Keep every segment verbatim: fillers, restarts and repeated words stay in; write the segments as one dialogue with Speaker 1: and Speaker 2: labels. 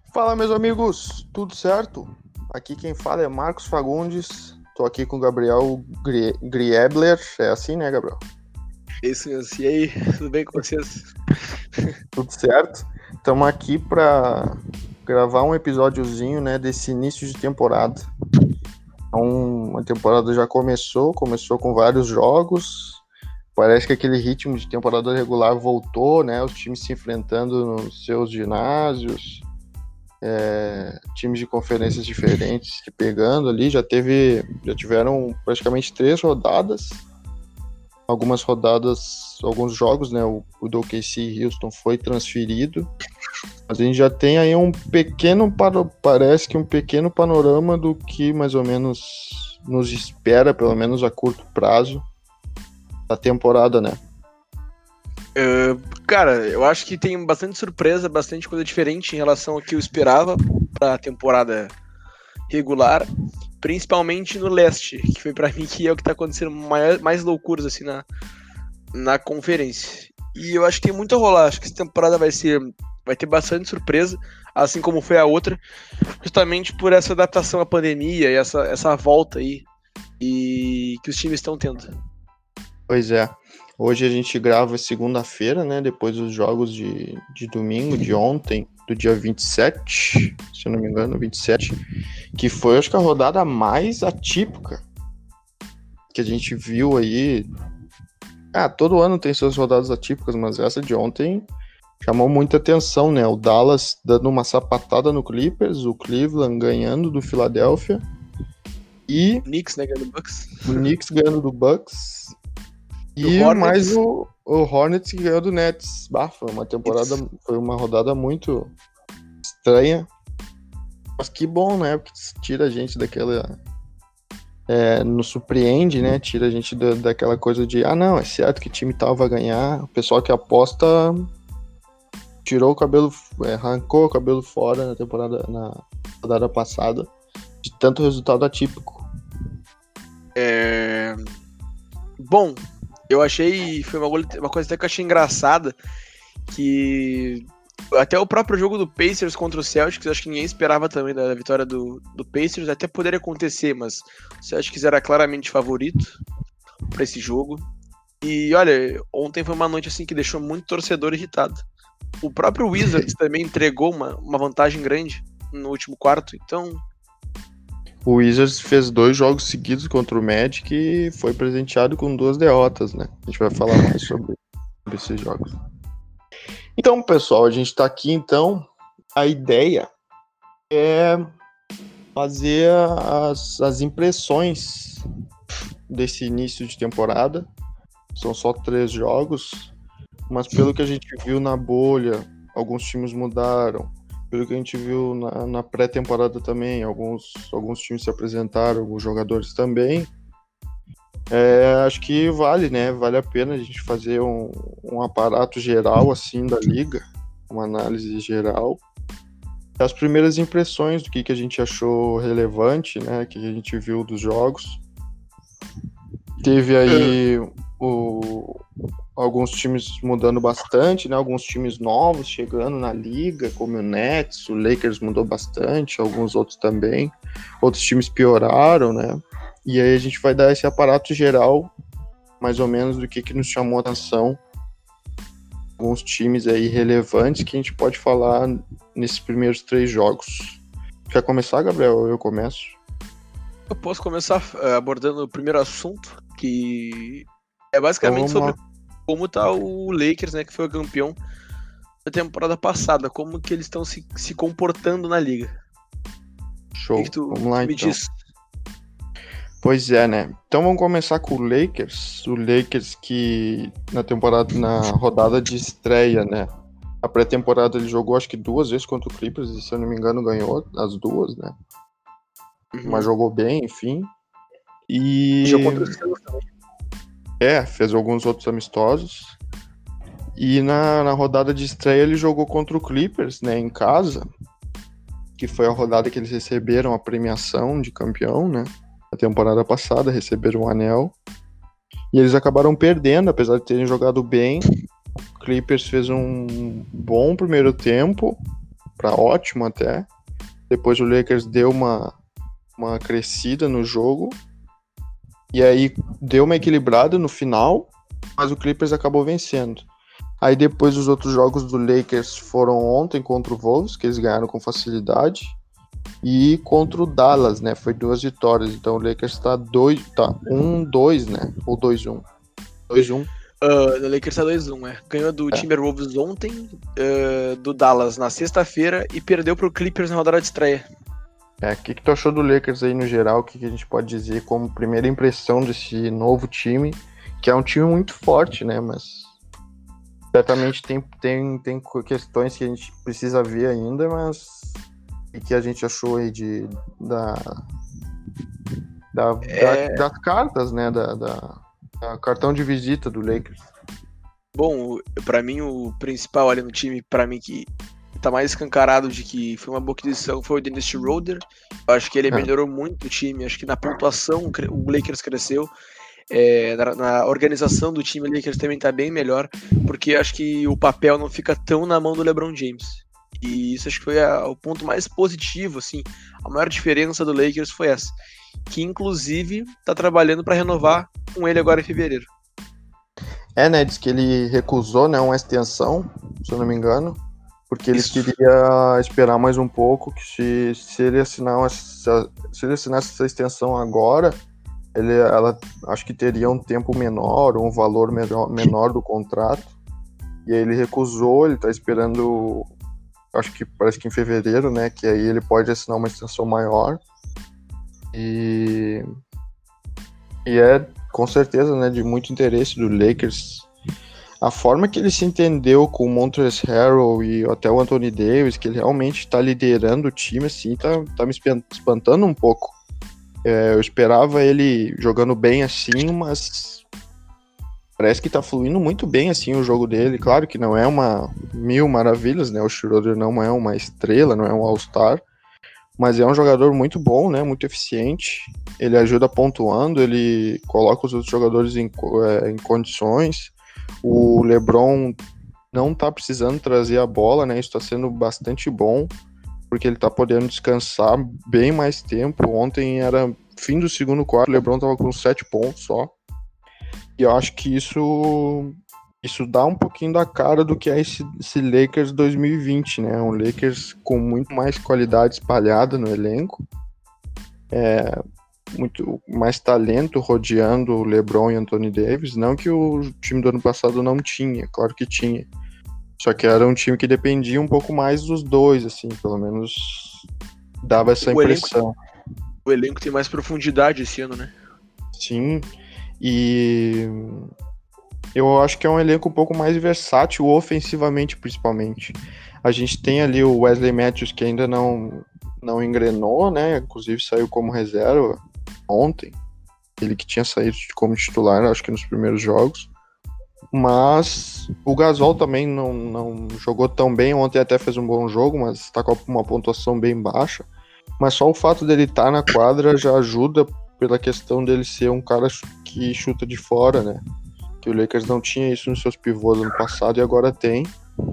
Speaker 1: Fala, meus amigos, tudo certo? Aqui quem fala é Marcos Fagundes. Tô aqui com o Gabriel Grie- Griebler. É assim, né, Gabriel?
Speaker 2: Isso mesmo. E aí, tudo bem com vocês?
Speaker 1: Tudo certo? Estamos aqui para gravar um episódiozinho, né, desse início de temporada. Então, a temporada já começou, começou com vários jogos. Parece que aquele ritmo de temporada regular voltou, né? Os times se enfrentando nos seus ginásios. É, times de conferências diferentes que pegando ali, já teve, já tiveram praticamente três rodadas, algumas rodadas, alguns jogos, né, o, o do O K C Houston foi transferido, mas a gente já tem aí um pequeno, parece que um pequeno panorama do que mais ou menos nos espera, pelo menos a curto prazo, da temporada, né?
Speaker 2: Uh, cara, eu acho que tem bastante surpresa, bastante coisa diferente em relação ao que eu esperava para a temporada regular, principalmente no leste, que foi para mim que é o que tá acontecendo mais, mais loucuras assim na, na conferência. E eu acho que tem muito a rolar, acho que essa temporada vai ser vai ter bastante surpresa, assim como foi a outra, justamente por essa adaptação à pandemia e essa, essa volta aí e que os times estão tendo.
Speaker 1: Pois é. Hoje a gente grava segunda-feira, né? Depois dos jogos de, de domingo, de ontem, do dia vinte e sete, se eu não me engano, vinte e sete, que foi, acho que, a rodada mais atípica que a gente viu aí. Ah, todo ano tem suas rodadas atípicas, mas essa de ontem chamou muita atenção, né? O Dallas dando uma sapatada no Clippers, o Cleveland ganhando do Philadelphia e
Speaker 2: O Knicks, né, ganhando do Bucks.
Speaker 1: o Knicks ganhando do Bucks. E
Speaker 2: O
Speaker 1: mais o, o Hornets que ganhou do Nets. Bah, foi uma temporada, Isso. foi uma rodada muito estranha. Mas que bom, né? Porque tira a gente daquela... É, nos surpreende, né? Tira a gente da, daquela coisa de ah, não, é certo que time tal vai ganhar. O pessoal que aposta tirou o cabelo, é, arrancou o cabelo fora na temporada, na rodada passada, de tanto resultado atípico.
Speaker 2: É... Bom, eu achei, foi uma, uma coisa até que eu achei engraçada, que até o próprio jogo do Pacers contra o Celtics, acho que ninguém esperava também da vitória do, do Pacers, até poderia acontecer, mas o Celtics era claramente favorito para esse jogo. E olha, ontem foi uma noite assim que deixou muito torcedor irritado. O próprio Wizards também entregou uma, uma vantagem grande no último quarto, então...
Speaker 1: O Wizards fez dois jogos seguidos contra o Magic e foi presenteado com duas derrotas, né? A gente vai falar mais sobre, sobre esses jogos. Então, pessoal, a gente está aqui, então, a ideia é fazer as, as impressões desse início de temporada. São só três jogos, mas pelo que a gente viu na bolha, alguns times mudaram. Pelo que a gente viu na, na pré-temporada também, alguns, alguns times se apresentaram, alguns jogadores também. É, acho que vale, né? Vale a pena a gente fazer um, um aparato geral, assim, da liga, uma análise geral. As primeiras impressões do que, que a gente achou relevante, né? Que a gente viu dos jogos. Teve aí o, alguns times mudando bastante, né? Alguns times novos chegando na liga, como o Nets, o Lakers mudou bastante, alguns outros também. Outros times pioraram, né? E aí a gente vai dar esse aparato geral, mais ou menos, do que, que nos chamou a atenção. Alguns times aí relevantes que a gente pode falar nesses primeiros três jogos. Quer começar, Gabriel? Ou eu começo?
Speaker 2: Eu posso começar uh, abordando o primeiro assunto, que é basicamente então, sobre como tá o Lakers, né, que foi o campeão da temporada passada, como que eles estão se, se comportando na liga.
Speaker 1: Show,
Speaker 2: que que tu,
Speaker 1: vamos lá
Speaker 2: me
Speaker 1: então.
Speaker 2: Diz?
Speaker 1: Pois é, né? Então vamos começar com o Lakers. O Lakers que na temporada, na rodada de estreia, né? A pré-temporada ele jogou acho que duas vezes contra o Clippers e se eu não me engano ganhou as duas, né? Uhum. Mas jogou bem, enfim. E...
Speaker 2: Jogou contra os Suns também.
Speaker 1: É, fez alguns outros amistosos. E na, na rodada de estreia ele jogou contra o Clippers, né? Em casa. Que foi a rodada que eles receberam a premiação de campeão, né? Na temporada passada, receberam o anel. E eles acabaram perdendo, apesar de terem jogado bem. O Clippers fez um bom primeiro tempo. para ótimo até. Depois o Lakers deu uma, uma crescida no jogo. E aí deu uma equilibrada no final, mas o Clippers acabou vencendo. Aí depois os outros jogos do Lakers foram ontem contra o Wolves, que eles ganharam com facilidade. E contra o Dallas, né? Foi duas vitórias. Então o Lakers tá dois, tá um dois, né? Ou dois um. dois um.
Speaker 2: Uh, o Lakers tá dois um, é. Ganhou do
Speaker 1: É.
Speaker 2: Timberwolves ontem, uh, do Dallas na sexta-feira e perdeu pro Clippers na rodada de estreia.
Speaker 1: É, o que, que tu achou do Lakers aí no geral? O que, que a gente pode dizer como primeira impressão desse novo time? Que é um time muito forte, né? Mas certamente tem, tem, tem questões que a gente precisa ver ainda, mas o que a gente achou aí de, da, da,
Speaker 2: É...
Speaker 1: da, das cartas, né? Da, da, da cartão de visita do Lakers.
Speaker 2: Bom, pra mim o principal ali no time, pra mim que tá mais escancarado de que foi uma boa aquisição, foi o Dennis Schroeder. Eu acho que ele é. melhorou muito o time, acho que na pontuação o Lakers cresceu. É, na, na organização do time, o Lakers também tá bem melhor, porque acho que o papel não fica tão na mão do LeBron James. E isso acho que foi a, o ponto mais positivo, assim, a maior diferença do Lakers foi essa, que inclusive tá trabalhando para renovar com ele agora em fevereiro.
Speaker 1: É, né, diz que ele recusou, né, uma extensão, se eu não me engano, porque ele
Speaker 2: Isso.
Speaker 1: queria esperar mais um pouco, que se, se ele assinar essa, se ele assinasse essa extensão agora, ele, ela acho que teria um tempo menor, um valor menor, menor do contrato, e aí ele recusou, ele tá esperando, acho que parece que em fevereiro, né, que aí ele pode assinar uma extensão maior, e, e é com certeza, né, de muito interesse do Lakers. A forma que ele se entendeu com o Montrezl Harrell e até o Anthony Davis, que ele realmente está liderando o time, assim, tá, tá me espantando um pouco. É, eu esperava ele jogando bem assim, mas parece que tá fluindo muito bem assim o jogo dele. Claro que não é uma mil maravilhas, né? O Schroeder não é uma estrela, não é um All-Star, mas é um jogador muito bom, né? Muito eficiente. Ele ajuda pontuando, ele coloca os outros jogadores em, é, em condições. O LeBron não tá precisando trazer a bola, né? Isso tá sendo bastante bom, porque ele tá podendo descansar bem mais tempo. Ontem era fim do segundo quarto, o LeBron tava com sete pontos só. E eu acho que isso, isso dá um pouquinho da cara do que é esse, esse Lakers dois mil e vinte, né? Um Lakers com muito mais qualidade espalhada no elenco. É, muito mais talento rodeando o LeBron e Anthony Davis. Não que o time do ano passado não tinha, claro que tinha. Só que era um time que dependia um pouco mais dos dois, assim, pelo menos dava essa
Speaker 2: o
Speaker 1: impressão.
Speaker 2: Elenco, o elenco tem mais profundidade esse ano, né?
Speaker 1: Sim, e eu acho que é um elenco um pouco mais versátil, ofensivamente principalmente. A gente tem ali o Wesley Matthews, que ainda não, não engrenou, né? Inclusive saiu como reserva ontem. Ele que tinha saído como titular, acho que nos primeiros jogos. Mas o Gasol também não, não jogou tão bem. Ontem até fez um bom jogo, mas está com uma pontuação bem baixa. Mas só o fato dele estar tá na quadra já ajuda, pela questão dele ser um cara que chuta de fora, né? Que o Lakers não tinha isso nos seus pivôs ano passado e agora tem.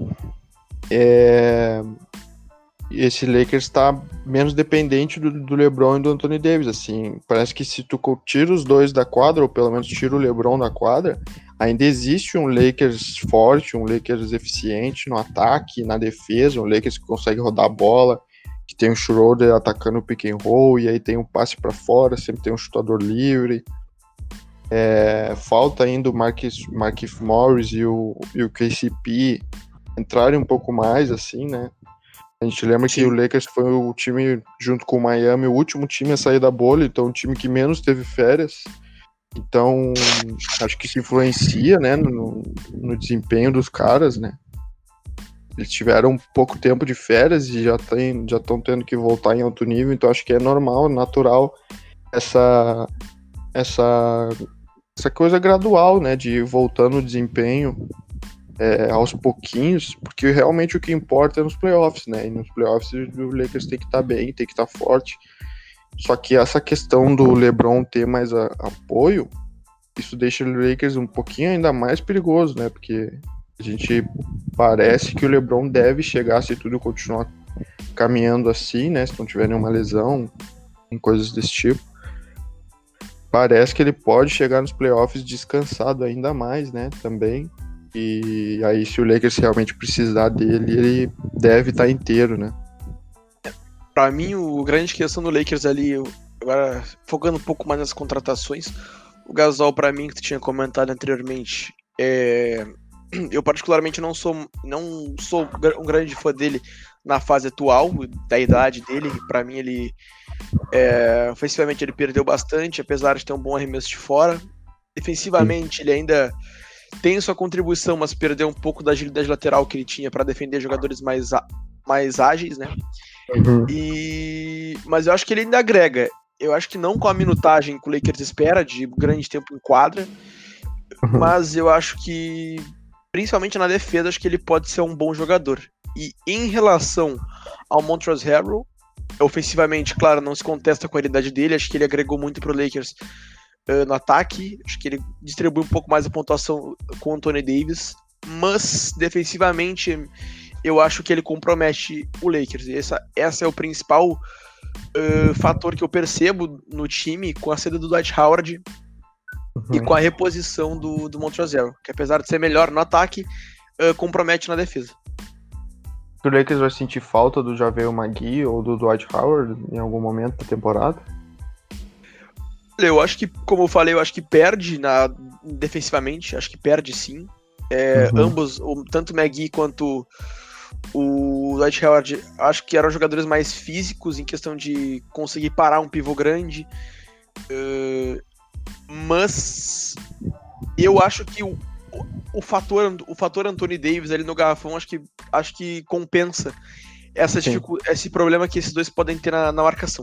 Speaker 1: É... Esse Lakers está menos dependente do, do LeBron e do Anthony Davis, assim. Parece que se tu tira os dois da quadra, ou pelo menos tira o LeBron da quadra, ainda existe um Lakers forte, um Lakers eficiente no ataque, na defesa, um Lakers que consegue rodar a bola, que tem o Schroeder atacando o pick and roll, e aí tem um passe para fora, sempre tem um chutador livre. É, falta ainda o Marcus, Markieff Morris e o, e o K C P entrarem um pouco mais, assim, né? A gente lembra Sim. que o Lakers foi o time, junto com o Miami, o último time a sair da bolha, então o time que menos teve férias. Então, acho que isso influencia, né, no, no desempenho dos caras, né? Eles tiveram pouco tempo de férias e já tem, já estão tendo que voltar em alto nível, então acho que é normal, natural essa, essa, essa coisa gradual, né, de ir voltando o desempenho é, aos pouquinhos, porque realmente o que importa é nos playoffs, né, e nos playoffs o Lakers tem que estar bem, tem que estar forte. Só que essa questão do LeBron ter mais a, apoio, isso deixa o Lakers um pouquinho ainda mais perigoso, né, porque a gente parece que o LeBron deve chegar, se tudo continuar caminhando assim, né? Se não tiver nenhuma lesão, em coisas desse tipo, parece que ele pode chegar nos playoffs descansado ainda mais, né? Também. E aí, se o Lakers realmente precisar dele, ele deve estar inteiro, né?
Speaker 2: Pra mim, o grande questão do Lakers ali, agora focando um pouco mais nas contratações, o Gasol, pra mim, que tu tinha comentado anteriormente, é... eu particularmente não sou, não sou um grande fã dele na fase atual, da idade dele. Pra mim, ele é... ofensivamente ele perdeu bastante, apesar de ter um bom arremesso de fora. Defensivamente, ele ainda tem sua contribuição, mas perdeu um pouco da agilidade lateral que ele tinha para defender jogadores mais, mais ágeis, né? Uhum. E... Mas eu acho que ele ainda agrega. Eu acho que não com a minutagem que o Lakers espera, de grande tempo em quadra, uhum. Mas eu acho que, principalmente na defesa, acho que ele pode ser um bom jogador. E em relação ao Montrezl Harrell, ofensivamente, claro, não se contesta a qualidade dele, acho que ele agregou muito pro Lakers uh, no ataque, acho que ele distribui um pouco mais a pontuação com o Anthony Davis, mas defensivamente eu acho que ele compromete o Lakers, e essa, essa é o principal uh, fator que eu percebo no time com a saída do Dwight Howard uhum. e com a reposição do, do Montrezl Harrell, que apesar de ser melhor no ataque, uh, compromete na defesa.
Speaker 1: O Lakers vai sentir falta do JaVale McGee ou do Dwight Howard em algum momento da temporada?
Speaker 2: Eu acho que, como eu falei, eu acho que perde na, defensivamente, acho que perde sim. É, uhum. Ambos, tanto o McGee quanto o Dwight Howard, acho que eram jogadores mais físicos em questão de conseguir parar um pivô grande. Uh, mas eu acho que o O fator, o fator Anthony Davis ali no garrafão acho que, acho que compensa essa dificu- esse problema que esses dois podem ter na, na marcação.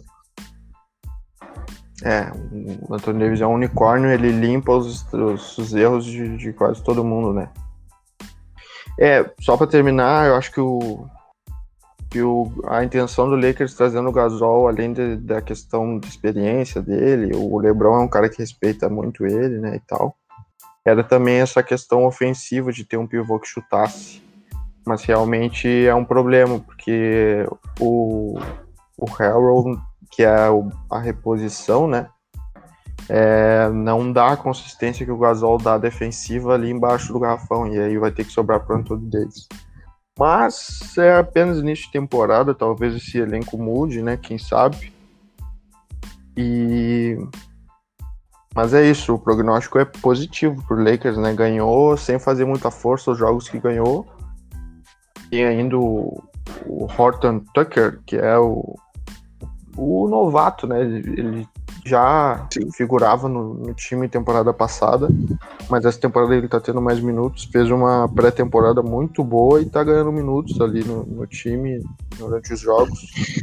Speaker 1: É, o Anthony Davis é um unicórnio, ele limpa os, os, os erros de, de quase todo mundo, né? É, só pra terminar, eu acho que, o, que o, a intenção do Lakers trazendo o Gasol, além de, da questão de experiência dele, o LeBron é um cara que respeita muito ele, né, e tal. Era também essa questão ofensiva de ter um pivô que chutasse. Mas realmente é um problema, porque o, o Harrell, que é o, a reposição, né, é, não dá a consistência que o Gasol dá defensiva ali embaixo do garrafão, e aí vai ter que sobrar para o Anthony Davis. Mas é apenas início de temporada, talvez esse elenco mude, né, quem sabe. E... Mas é isso, o prognóstico é positivo pro Lakers, né? Ganhou sem fazer muita força os jogos que ganhou. Tem ainda o, o Horton Tucker, que é o, o novato, né? Ele, ele já Sim. figurava no, no time temporada passada, mas essa temporada ele tá tendo mais minutos. Fez uma pré-temporada muito boa e tá ganhando minutos ali no, no time durante os jogos.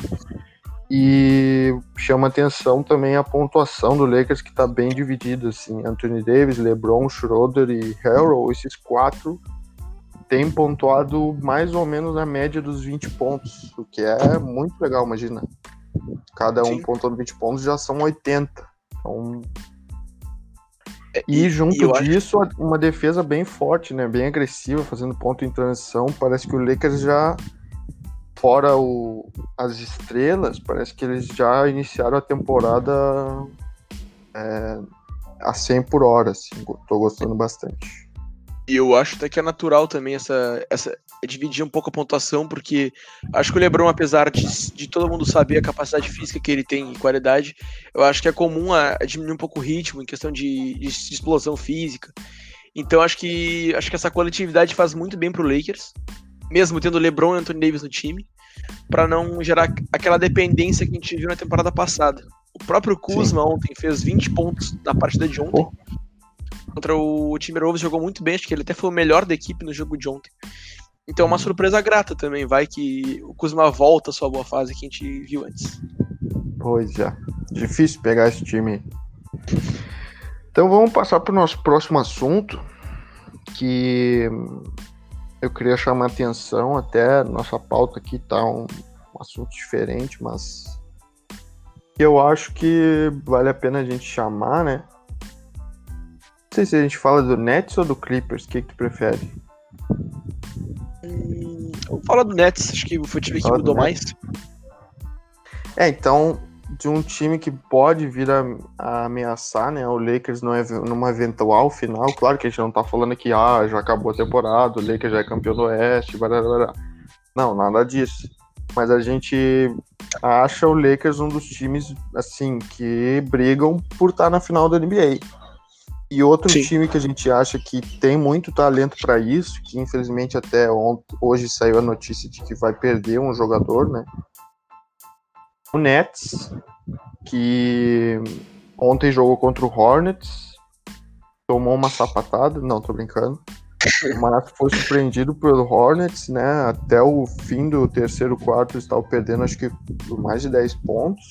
Speaker 1: E chama atenção também a pontuação do Lakers, que está bem dividida, assim. Anthony Davis, LeBron, Schroeder e Harrell, esses quatro têm pontuado mais ou menos na média dos vinte pontos, o que é muito legal, imagina. Cada um Sim. pontuando vinte pontos já são oitenta. Então... E, e junto e disso, acho... uma defesa bem forte, né? Bem agressiva, fazendo ponto em transição. Parece que o Lakers já... Fora o, as estrelas, parece que eles já iniciaram a temporada é, a cem por hora, assim, tô gostando bastante.
Speaker 2: E eu acho até que é natural também essa, essa dividir um pouco a pontuação, porque acho que o LeBron, apesar de, de todo mundo saber a capacidade física que ele tem e qualidade, eu acho que é comum a, a diminuir um pouco o ritmo em questão de, de explosão física. Então acho que, acho que essa coletividade faz muito bem pro Lakers, mesmo tendo LeBron e Anthony Davis no time, para não gerar aquela dependência que a gente viu na temporada passada. O próprio Kuzma Sim. ontem fez vinte pontos na partida de ontem. Oh. Contra o Timberwolves jogou muito bem, acho que ele até foi o melhor da equipe no jogo de ontem. Então é uma surpresa grata também, vai que o Kuzma volta à sua boa fase que a gente viu antes.
Speaker 1: Pois é, difícil pegar esse time. Então vamos passar para o nosso próximo assunto, que... eu queria chamar a atenção, até nossa pauta aqui tá um, um assunto diferente, mas eu acho que vale a pena a gente chamar, né? Não sei se a gente fala do Nets ou do Clippers, o que, que tu prefere?
Speaker 2: Hum, Fala do Nets, acho que foi o time que
Speaker 1: Fala do
Speaker 2: mudou
Speaker 1: Nets.
Speaker 2: mais.
Speaker 1: É, então, de um time que pode vir a, a ameaçar, né, o Lakers no, numa eventual final, claro que a gente não tá falando que ah, já acabou a temporada, o Lakers já é campeão do Oeste, blá, blá, blá. Não, nada disso. Mas a gente acha o Lakers um dos times, assim, que brigam por estar na final da N B A. E outro
Speaker 2: Sim.
Speaker 1: time que a gente acha que tem muito talento para isso, que infelizmente até ontem, hoje saiu a notícia de que vai perder um jogador, né? O Nets, que ontem jogou contra o Hornets, tomou uma sapatada, não, tô brincando, mas foi surpreendido pelo Hornets, né? Até o fim do terceiro quarto estava perdendo, acho que por mais de dez pontos.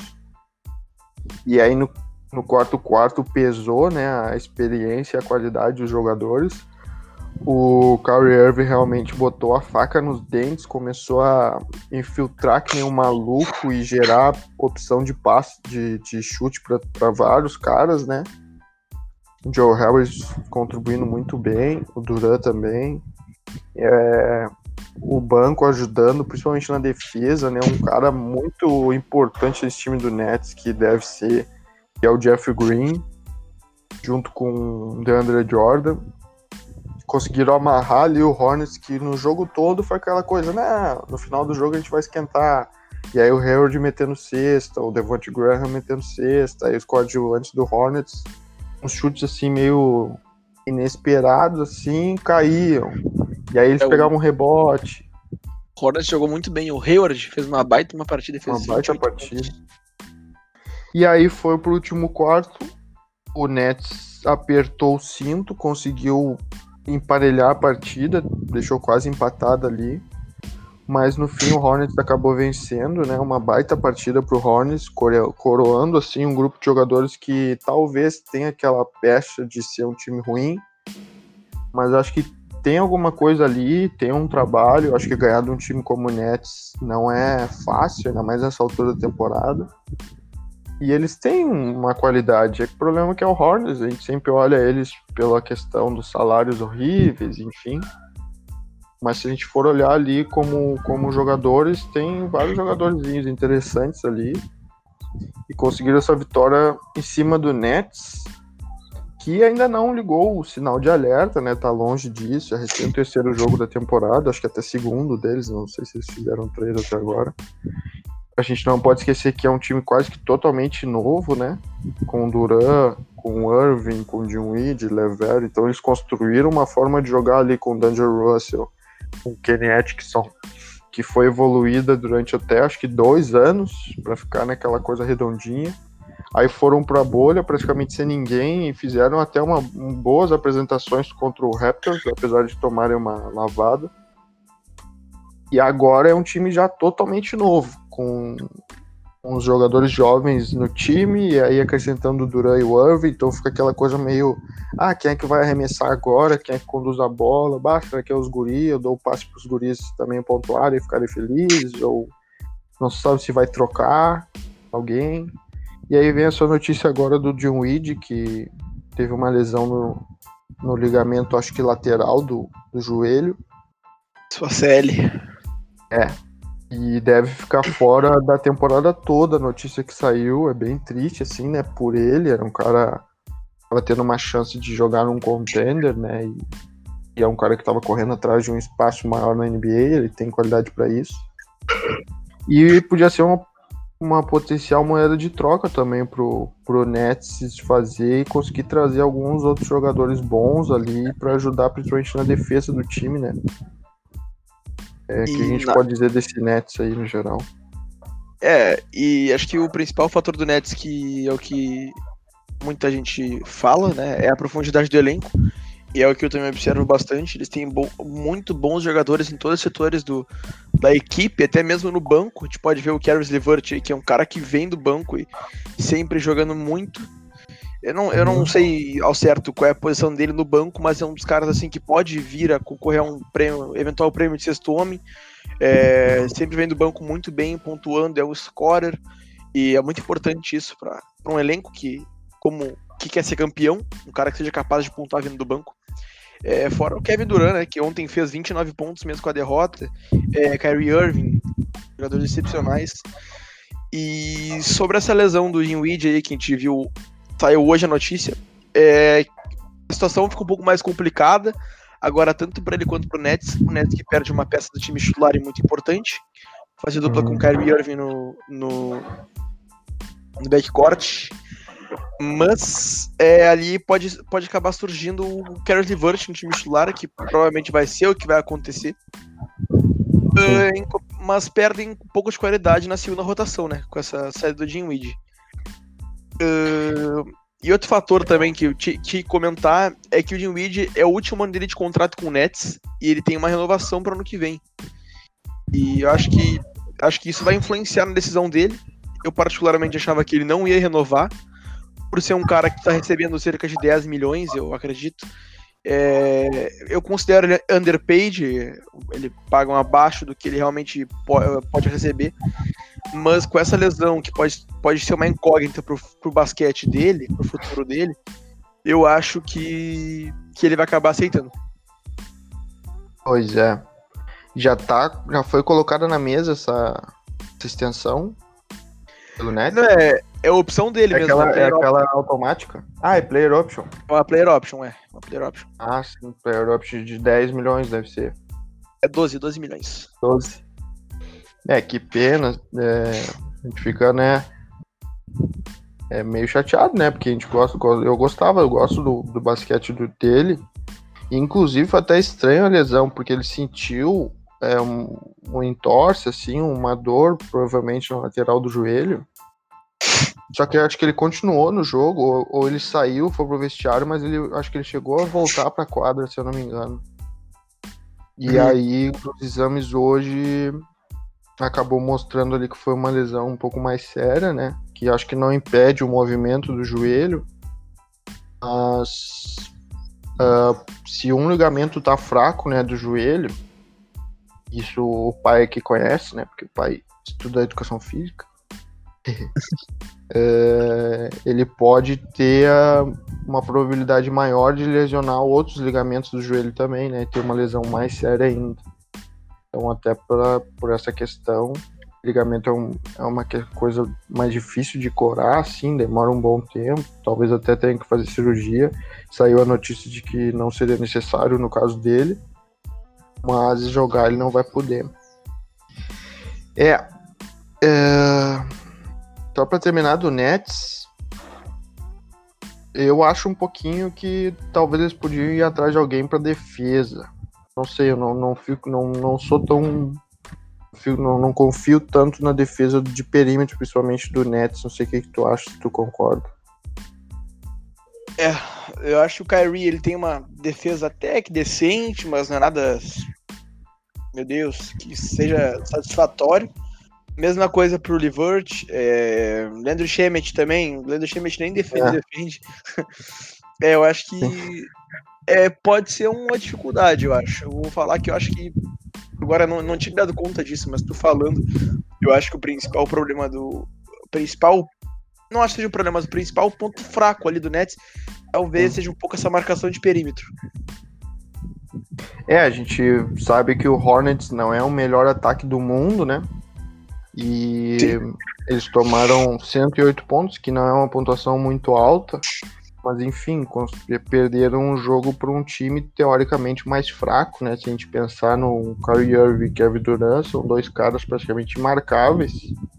Speaker 1: E aí no, no quarto quarto pesou, né? A experiência e a qualidade dos jogadores. O Kyrie Irving realmente botou a faca nos dentes, começou a infiltrar que nem um maluco e gerar opção de passe, de, de chute para vários caras, né? O Joe Harris contribuindo muito bem, o Durant também. É, o banco ajudando, principalmente na defesa, né? Um cara muito importante nesse time do Nets, que deve ser, que é o Jeff Green, junto com o DeAndre Jordan. Conseguiram amarrar ali o Hornets, que no jogo todo foi aquela coisa, né? No final do jogo a gente vai esquentar. E aí o Harold metendo cesta, o Devontae Graham metendo cesta, aí os coadjuvantes do Hornets, uns chutes assim meio inesperados, assim, caíam. E aí eles
Speaker 2: É, o-
Speaker 1: pegavam um rebote.
Speaker 2: O Hornets jogou muito bem. O Hayward fez uma baita uma partida, fez
Speaker 1: Uma baita
Speaker 2: vinte e oito
Speaker 1: partida.
Speaker 2: pontos.
Speaker 1: E aí foi pro último quarto, o Nets apertou o cinto, conseguiu emparelhar a partida, deixou quase empatada ali, mas no fim o Hornets acabou vencendo, né? Uma baita partida pro Hornets, coro- coroando assim um grupo de jogadores que talvez tenha aquela pecha de ser um time ruim, mas acho que tem alguma coisa ali, tem um trabalho. Acho que ganhar de um time como o Nets não é fácil, ainda mais nessa altura da temporada. E eles têm uma qualidade. O problema é que é o Hornets, a gente sempre olha eles pela questão dos salários horríveis, enfim. Mas se a gente for olhar ali como, como jogadores, tem vários jogadorzinhos interessantes ali. E conseguiram essa vitória em cima do Nets, que ainda não ligou o sinal de alerta, né? Tá longe disso. Já recém o terceiro jogo da temporada, acho que até segundo deles, não sei se eles fizeram três até agora. A gente não pode esquecer que é um time quase que totalmente novo, né? Com o Durant, com o Irving, com o Dinwiddie, Levert. Então eles construíram uma forma de jogar ali com o D'Angelo Russell, com o Kenny Atkinson, que foi evoluída durante até acho que dois anos para ficar naquela coisa redondinha. Aí foram para a bolha praticamente sem ninguém e fizeram até uma, um, boas apresentações contra o Raptors, apesar de tomarem uma lavada. E agora é um time já totalmente novo, com uns jogadores jovens no time, e aí acrescentando o Durant e o Irving, então fica aquela coisa meio, ah, quem é que vai arremessar agora, quem é que conduz a bola, baixa aqui é os guris, eu dou o passe para os guris também pontuarem e ficarem felizes, ou não se sabe se vai trocar alguém. E aí vem essa notícia agora do Dinwiddie, que teve uma lesão no, no ligamento, acho que lateral do, do joelho.
Speaker 2: Sua C L.
Speaker 1: É, e deve ficar fora da temporada toda. A notícia que saiu é bem triste, assim, né, por ele. Era um cara que estava tendo uma chance de jogar num contender, né, e, e é um cara que estava correndo atrás de um espaço maior na N B A, ele tem qualidade para isso. E podia ser uma, uma potencial moeda de troca também pro, pro Nets se fazer e conseguir trazer alguns outros jogadores bons ali para ajudar principalmente na defesa do time, né. É, que a gente
Speaker 2: na...
Speaker 1: pode dizer desse Nets aí no geral.
Speaker 2: É, e acho que o principal fator do Nets, que é o que muita gente fala, né, é a profundidade do elenco, e é o que eu também observo bastante. Eles têm bo- muito bons jogadores em todos os setores do, da equipe, até mesmo no banco. A gente pode ver o Caris LeVert, que é um cara que vem do banco e sempre jogando muito. Eu não, eu não sei ao certo qual é a posição dele no banco, mas é um dos caras assim que pode vir a concorrer a um prêmio, eventual prêmio de sexto homem. É, sempre vem do banco muito bem, pontuando, é o scorer, e é muito importante isso para um elenco que, como, que quer ser campeão, um cara que seja capaz de pontuar vindo do banco. É, fora o Kevin Durant, né, que ontem fez vinte e nove pontos mesmo com a derrota. É, Kyrie Irving, jogadores excepcionais. E sobre essa lesão do Dinwiddie aí, que a gente viu, saiu hoje a notícia, é, a situação fica um pouco mais complicada, agora tanto para ele quanto para o Nets, o Nets que perde uma peça do time titular e muito importante, fazer dupla com o Kyrie Irving no, no, no backcourt, mas é, ali pode, pode acabar surgindo o Caris LeVert no time titular, que provavelmente vai ser o que vai acontecer, uh, mas perdem um pouco de qualidade na segunda rotação, né, com essa saída do Dinwiddie. Uh, e outro fator também que eu te, te comentar é que o Dinwiddie é o último ano dele de contrato com o Nets e ele tem uma renovação para o ano que vem. E eu acho que, acho que isso vai influenciar na decisão dele. Eu particularmente achava que ele não ia renovar, por ser um cara que está recebendo cerca de dez milhões, eu acredito. É, eu considero ele underpaid, ele paga um abaixo do que ele realmente pode receber, mas com essa lesão que pode, pode ser uma incógnita pro, pro basquete dele, pro futuro dele, eu acho que, que ele vai acabar aceitando.
Speaker 1: Pois é, já, tá, já foi colocada na mesa essa, essa extensão pelo Nets?
Speaker 2: Não, é, é a opção dele
Speaker 1: é
Speaker 2: mesmo.
Speaker 1: Aquela, é aquela automática? Ah, é player option.
Speaker 2: É uma player option, é. Uma player option.
Speaker 1: Ah, sim, player option de dez milhões deve ser.
Speaker 2: É doze, doze milhões.
Speaker 1: doze. É, que pena. É, a gente fica, né, é meio chateado, né, porque a gente gosta, eu gostava, eu gosto do, do basquete do, dele. E, inclusive, foi até estranho a lesão, porque ele sentiu é, um, um entorse, assim, uma dor, provavelmente na lateral do joelho. Só que eu acho que ele continuou no jogo, ou, ou ele saiu, foi pro vestiário, mas ele acho que ele chegou a voltar pra quadra, se eu não me engano. E uhum. aí, os exames hoje acabou mostrando ali que foi uma lesão um pouco mais séria, né? Que acho que não impede o movimento do joelho. Mas uh, se um ligamento tá fraco, né, do joelho, isso o pai que conhece, né? Porque o pai estuda educação física. É, ele pode ter uma probabilidade maior de lesionar outros ligamentos do joelho também, né? Ter uma lesão mais séria ainda. Então, até pra, por essa questão, ligamento é, um, é uma coisa mais difícil de curar, assim, demora um bom tempo. Talvez até tenha que fazer cirurgia. Saiu a notícia de que não seria necessário no caso dele, mas jogar ele não vai poder. É. é... Só pra terminar do Nets, eu acho um pouquinho que talvez eles podiam ir atrás de alguém pra defesa. Não sei, eu não, não, fico, não, não sou tão... Fico, não, não confio tanto na defesa de perímetro, principalmente do Nets. Não sei o que, que tu acha, se tu concorda.
Speaker 2: É, eu acho que o Kyrie ele tem uma defesa até que decente, mas não é nada, meu Deus, que seja satisfatório. Mesma coisa pro LeVert, é, Landry Shamet também, o Landry Shamet nem defende, é. defende. É, eu acho que é, pode ser uma dificuldade, eu acho. Eu vou falar que eu acho que, agora não, não tinha dado conta disso, mas tô falando, eu acho que o principal problema do, o principal, não acho que seja o problema, mas o principal ponto fraco ali do Nets, talvez hum. seja um pouco essa marcação de perímetro.
Speaker 1: É, a gente sabe que o Hornets não é o melhor ataque do mundo, né? E Sim. eles tomaram cento e oito pontos, que não é uma pontuação muito alta, mas enfim, perderam um jogo para um time teoricamente mais fraco, né? Se a gente pensar no Kyrie Irving e Kevin Durant, são dois caras praticamente imarcáveis,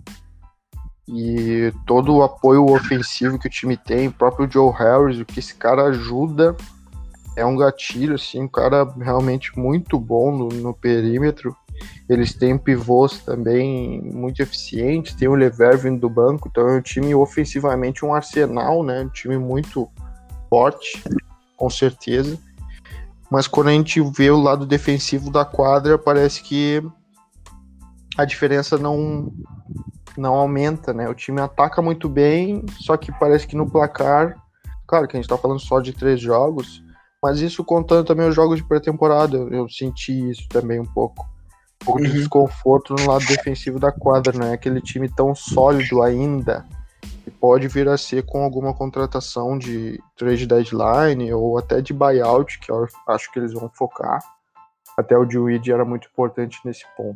Speaker 1: e todo o apoio ofensivo que o time tem, o próprio Joe Harris, o que esse cara ajuda é um gatilho, assim, um cara realmente muito bom no, no perímetro. Eles têm pivôs também muito eficientes, tem o LeVert vindo do banco, então é um time ofensivamente um arsenal, né? Um time muito forte, com certeza. Mas quando a gente vê o lado defensivo da quadra, parece que a diferença não, não aumenta, né? O time ataca muito bem, só que parece que no placar, claro que a gente tá falando só de três jogos, mas isso contando também os jogos de pré-temporada, eu, eu senti isso também um pouco. Um pouco uhum. de desconforto no lado defensivo da quadra, não é aquele time tão sólido ainda, que pode vir a ser com alguma contratação de trade deadline ou até de buyout, que eu acho que eles vão focar. Até o Dinwiddie era muito importante nesse ponto.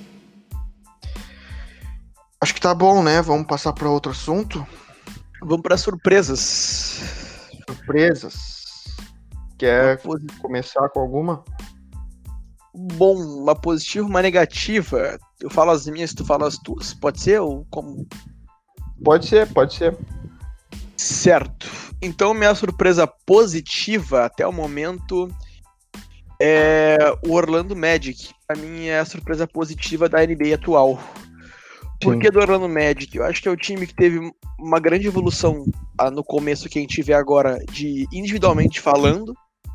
Speaker 1: Acho que tá bom, né? Vamos passar para outro assunto?
Speaker 2: Vamos para surpresas.
Speaker 1: Surpresas. Quer começar com alguma?
Speaker 2: Bom, uma positiva, uma negativa. Eu falo as minhas, tu fala as tuas. Pode ser ou como?
Speaker 1: Pode ser, pode ser.
Speaker 2: Certo. Então, minha surpresa positiva até o momento é o Orlando Magic. Pra mim é a surpresa positiva da N B A atual. Por que do Orlando Magic? Eu acho que é o time que teve uma grande evolução no começo que a gente vê agora, de individualmente falando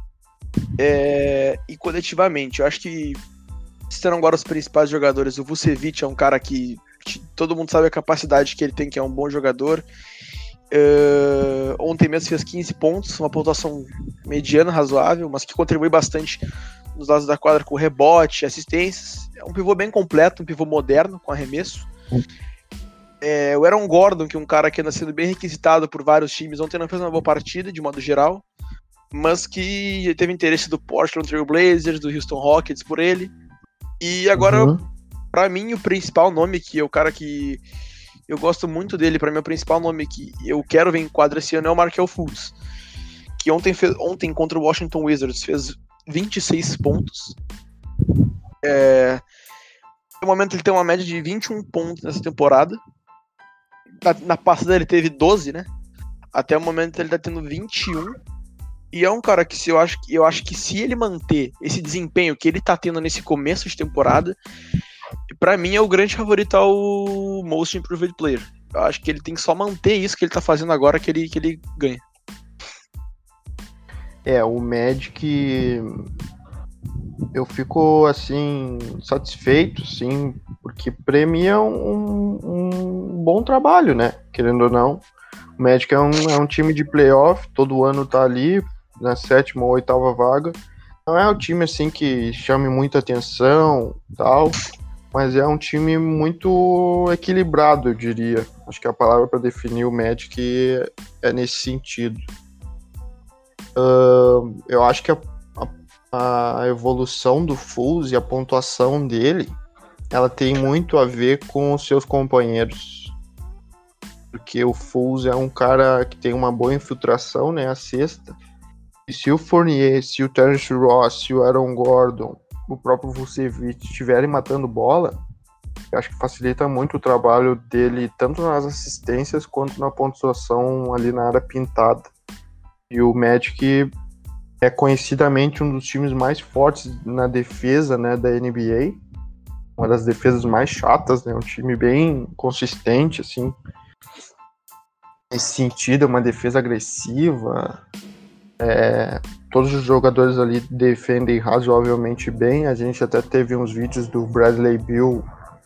Speaker 2: é, e coletivamente. Eu acho que serão agora os principais jogadores. O Vucevic é um cara que, que todo mundo sabe a capacidade que ele tem, que é um bom jogador. Uh, ontem mesmo fez quinze pontos, uma pontuação mediana, razoável, mas que contribui bastante nos lados da quadra com rebote, assistências. É um pivô bem completo, um pivô moderno, com arremesso. É, o Aaron Gordon, que é um cara que anda sendo bem requisitado por vários times, ontem não fez uma boa partida, de modo geral, mas que teve interesse do Portland Trail Blazers, do Houston Rockets por ele. E agora, uhum. Pra mim, o principal nome, que é o cara que eu gosto muito dele, pra mim, o principal nome que eu quero ver em quadra esse ano é o Markelle Fultz, que ontem, fez, ontem contra o Washington Wizards fez vinte e seis pontos. É, no momento ele tem uma média de vinte e um pontos nessa temporada. Na, na passada ele teve doze, né? Até o momento ele tá tendo vinte e um. E é um cara que se eu acho, eu acho que se ele manter esse desempenho que ele tá tendo nesse começo de temporada, pra mim é o grande favorito ao Most Improved Player. Eu acho que ele tem que só manter isso que ele tá fazendo agora que ele, que ele ganha.
Speaker 1: É, o Magic, eu fico, assim, satisfeito, sim, porque pra mim é um, um bom trabalho, né? Querendo ou não. O Magic é um, é um time de playoff, todo ano tá ali, na sétima ou oitava vaga. Não é um time, assim, que chame muita atenção e tal, mas é um time muito equilibrado, eu diria. Acho que a palavra para definir o Magic é nesse sentido. Uh, eu acho que a, a, a evolução do Fultz e a pontuação dele, ela tem muito a ver com os seus companheiros. Porque o Fultz é um cara que tem uma boa infiltração, né, a cesta. E se o Fournier, se o Terence Ross, se o Aaron Gordon, o próprio Vucevic estiverem matando bola, eu acho que facilita muito o trabalho dele, tanto nas assistências quanto na pontuação ali na área pintada. E o Magic é conhecidamente um dos times mais fortes na defesa, né, da N B A. Uma das defesas mais chatas, né, um time bem consistente, assim. Nesse sentido, é uma defesa agressiva. É, todos os jogadores ali defendem razoavelmente bem. A gente até teve uns vídeos do Bradley Beal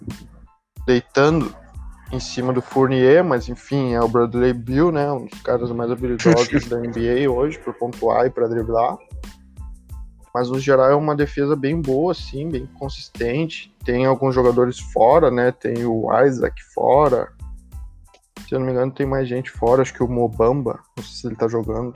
Speaker 1: deitando em cima do Fournier, mas enfim, é o Bradley Beal, né, um dos caras mais habilidosos da N B A hoje, por pontuar e para driblar. Mas no geral é uma defesa bem boa, assim, bem consistente. Tem alguns jogadores fora, né, tem o Isaac fora. Se eu não me engano tem mais gente fora, acho que o Mobamba, não sei se ele tá jogando.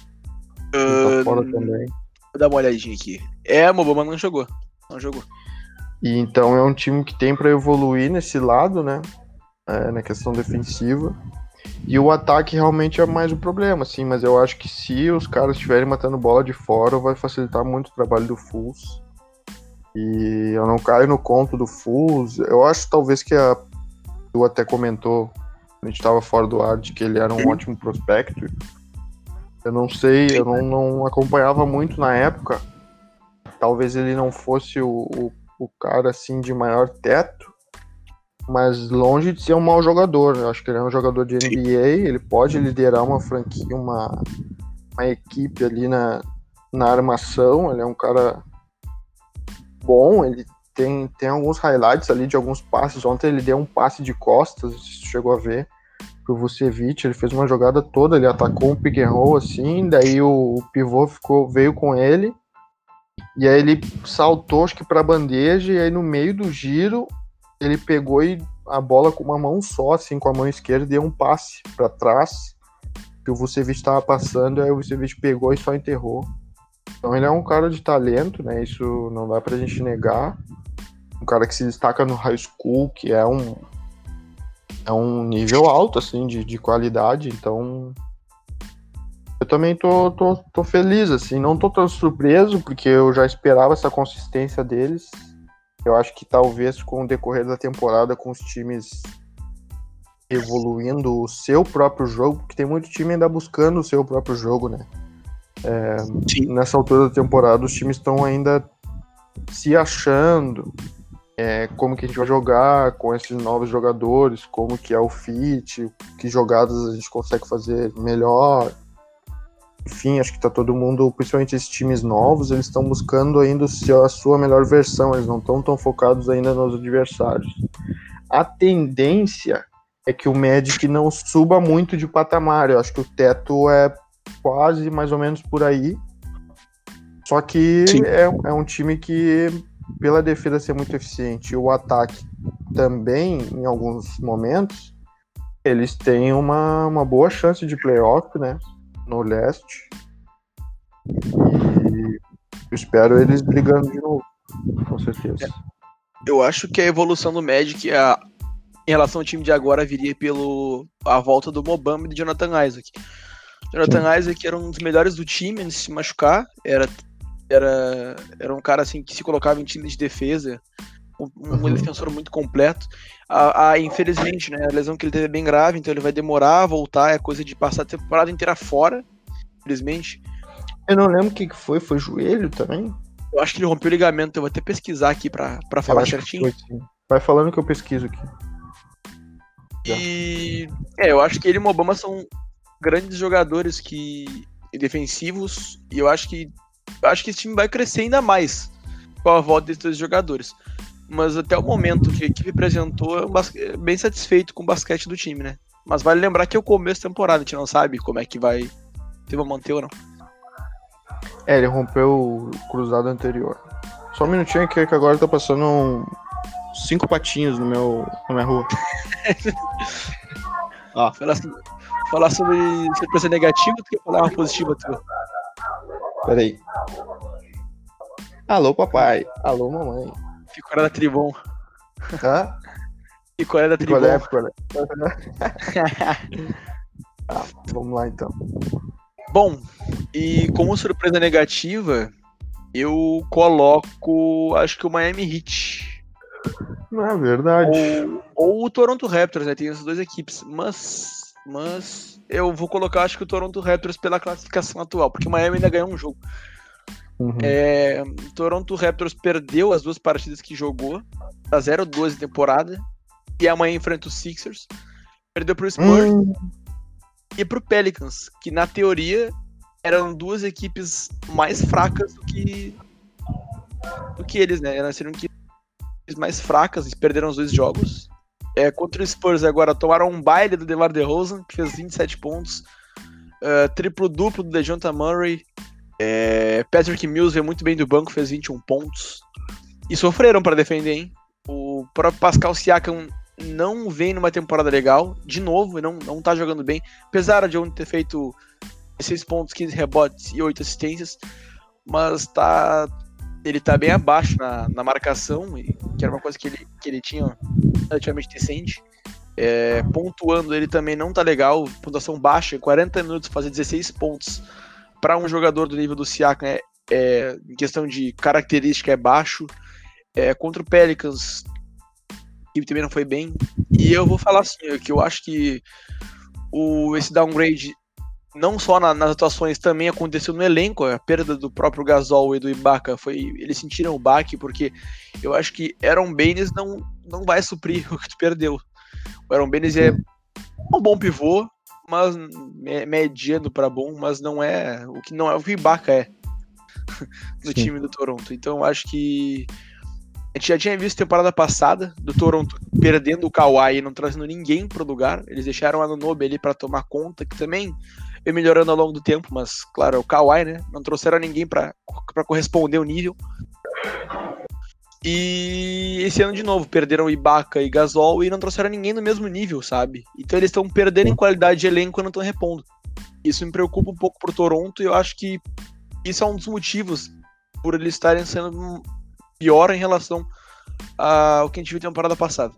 Speaker 1: Ele tá fora também.
Speaker 2: Vou dar uma olhadinha aqui. É, o Mobamba não jogou. Não jogou.
Speaker 1: E então é um time que tem para evoluir nesse lado, né? É, na questão defensiva. E o ataque realmente é mais o problema, assim. Mas eu acho que se os caras estiverem matando bola de fora, vai facilitar muito o trabalho do Fultz. E eu não caio no conto do Fultz. Eu acho talvez que a tu até comentou, a gente estava fora do ar, de que ele era um ótimo prospecto. Eu não sei, eu não, não acompanhava muito na época. Talvez ele não fosse o, o, o cara assim de maior teto, mas longe de ser um mau jogador. Eu acho que ele é um jogador de N B A, ele pode liderar uma franquia, uma, uma equipe ali na, na armação. Ele é um cara bom, ele tem, tem alguns highlights ali de alguns passes. Ontem ele deu um passe de costas, se chegou a ver, pro Vucevic. Ele fez uma jogada toda, ele atacou um pick and roll assim, daí o, o pivô ficou, veio com ele, e aí ele saltou, acho que pra bandeja, e aí no meio do giro ele pegou e a bola com uma mão só, assim, com a mão esquerda, deu um passe para trás, que o Vucevic estava passando, aí o Vucevic pegou e só enterrou. Então ele é um cara de talento, né? Isso não dá pra gente negar. Um cara que se destaca no high school, que é um, é um nível alto, assim, de, de qualidade. Então eu também tô, tô, tô feliz, assim. Não tô tão surpreso, porque eu já esperava essa consistência deles. Eu acho que talvez com o decorrer da temporada, com os times evoluindo o seu próprio jogo, porque tem muito time ainda buscando o seu próprio jogo, né? É, nessa altura da temporada, os times estão ainda se achando, é, como que a gente vai jogar com esses novos jogadores, como que é o fit, que jogadas a gente consegue fazer melhor. Enfim, acho que tá todo mundo, principalmente esses times novos, eles estão buscando ainda a sua melhor versão, eles não estão tão focados ainda nos adversários. A tendência é que o Magic não suba muito de patamar, eu acho que o teto é quase mais ou menos por aí, só que é, é um time que, pela defesa ser muito eficiente e o ataque também, em alguns momentos, eles têm uma, uma boa chance de playoff, né? No leste, e eu espero eles brigando de novo, com certeza.
Speaker 2: Eu acho que a evolução do Magic a, em relação ao time de agora viria pelo a volta do Mo Bamba e do Jonathan Isaac. Jonathan Sim. Isaac era um dos melhores do time antes de se machucar, era, era, era um cara assim que se colocava em time de defesa, um, um uhum. defensor muito completo. A, a, infelizmente, né, a lesão que ele teve é bem grave, então ele vai demorar a voltar, é coisa de passar a temporada inteira fora, infelizmente.
Speaker 1: Eu não lembro o que foi, foi joelho também?
Speaker 2: Eu acho que ele rompeu o ligamento, eu vou até pesquisar aqui pra, pra falar certinho.
Speaker 1: Foi, vai falando que eu pesquiso aqui.
Speaker 2: E é, eu acho que ele e o Obama são grandes jogadores que defensivos, e eu acho que eu acho que esse time vai crescer ainda mais com a volta desses dois jogadores. Mas até o momento que a equipe apresentou, é um basque... bem satisfeito com o basquete do time, né? Mas vale lembrar que é o começo da temporada, a gente não sabe como é que vai, se vai manter ou não.
Speaker 1: É, ele rompeu o cruzado anterior. Só um minutinho aqui que agora tá passando um... cinco patinhos no meu, na minha rua.
Speaker 2: Ó, falar, falar sobre surpresa negativa, tu quer falar uma positiva tua?
Speaker 1: Peraí. Alô, papai. Alô, mamãe.
Speaker 2: Picolé da Tribom.
Speaker 1: Hã?
Speaker 2: Picolé da Tribom.
Speaker 1: Picolé, picolé. Ah, vamos lá, então.
Speaker 2: Bom, e como surpresa negativa, eu coloco, acho que o Miami Heat.
Speaker 1: Não é verdade.
Speaker 2: Ou, ou o Toronto Raptors, né? Tem essas duas equipes. Mas, mas eu vou colocar, acho que o Toronto Raptors pela classificação atual, porque o Miami ainda ganhou um jogo. Uhum. É, o Toronto Raptors perdeu as duas partidas que jogou, a zero a doze temporada, e amanhã enfrenta os Sixers. Perdeu pro Spurs hum. e pro Pelicans, que na teoria eram duas equipes mais fracas do que do que eles, né? Elas seriam equipes mais fracas, eles perderam os dois jogos. É, contra o Spurs agora tomaram um baile do DeMar DeRozan, que fez vinte e sete pontos, uh, triplo-duplo do DeJounte Murray. É, Patrick Mills veio muito bem do banco, fez vinte e um pontos. E sofreram para defender, hein? O próprio Pascal Siakam não vem numa temporada legal, de novo, não, não tá jogando bem, apesar de ontem ter feito seis pontos, quinze rebotes e oito assistências, mas tá, ele tá bem abaixo na, na marcação, que era uma coisa que ele, que ele tinha relativamente decente. É, pontuando, ele também não tá legal, pontuação baixa, quarenta minutos fazer dezesseis pontos para um jogador do nível do Siakam é, é, em questão de característica é baixo. É, contra o Pelicans, que também não foi bem. E eu vou falar assim, que eu acho que o, esse downgrade não só na, nas atuações, também aconteceu no elenco. A perda do próprio Gasol e do Ibaka, foi, eles sentiram o baque, porque eu acho que Aaron Baines não, não vai suprir o que tu perdeu. O Aaron Baines é um bom pivô, mas mediano para bom, mas não é o que não é o que o Ibaka é no Sim. time do Toronto. Então eu acho que a gente já tinha visto temporada passada do Toronto perdendo o Kawhi e não trazendo ninguém pro lugar. Eles deixaram a Anunoby ali para tomar conta, que também veio melhorando ao longo do tempo, mas claro, é o Kawhi, né? Não trouxeram ninguém para corresponder o nível. E esse ano, de novo, perderam Ibaka e Gasol e não trouxeram ninguém no mesmo nível, sabe? Então eles estão perdendo em qualidade de elenco quando estão repondo. Isso me preocupa um pouco pro Toronto e eu acho que isso é um dos motivos por eles estarem sendo pior em relação ao que a gente viu na temporada passada.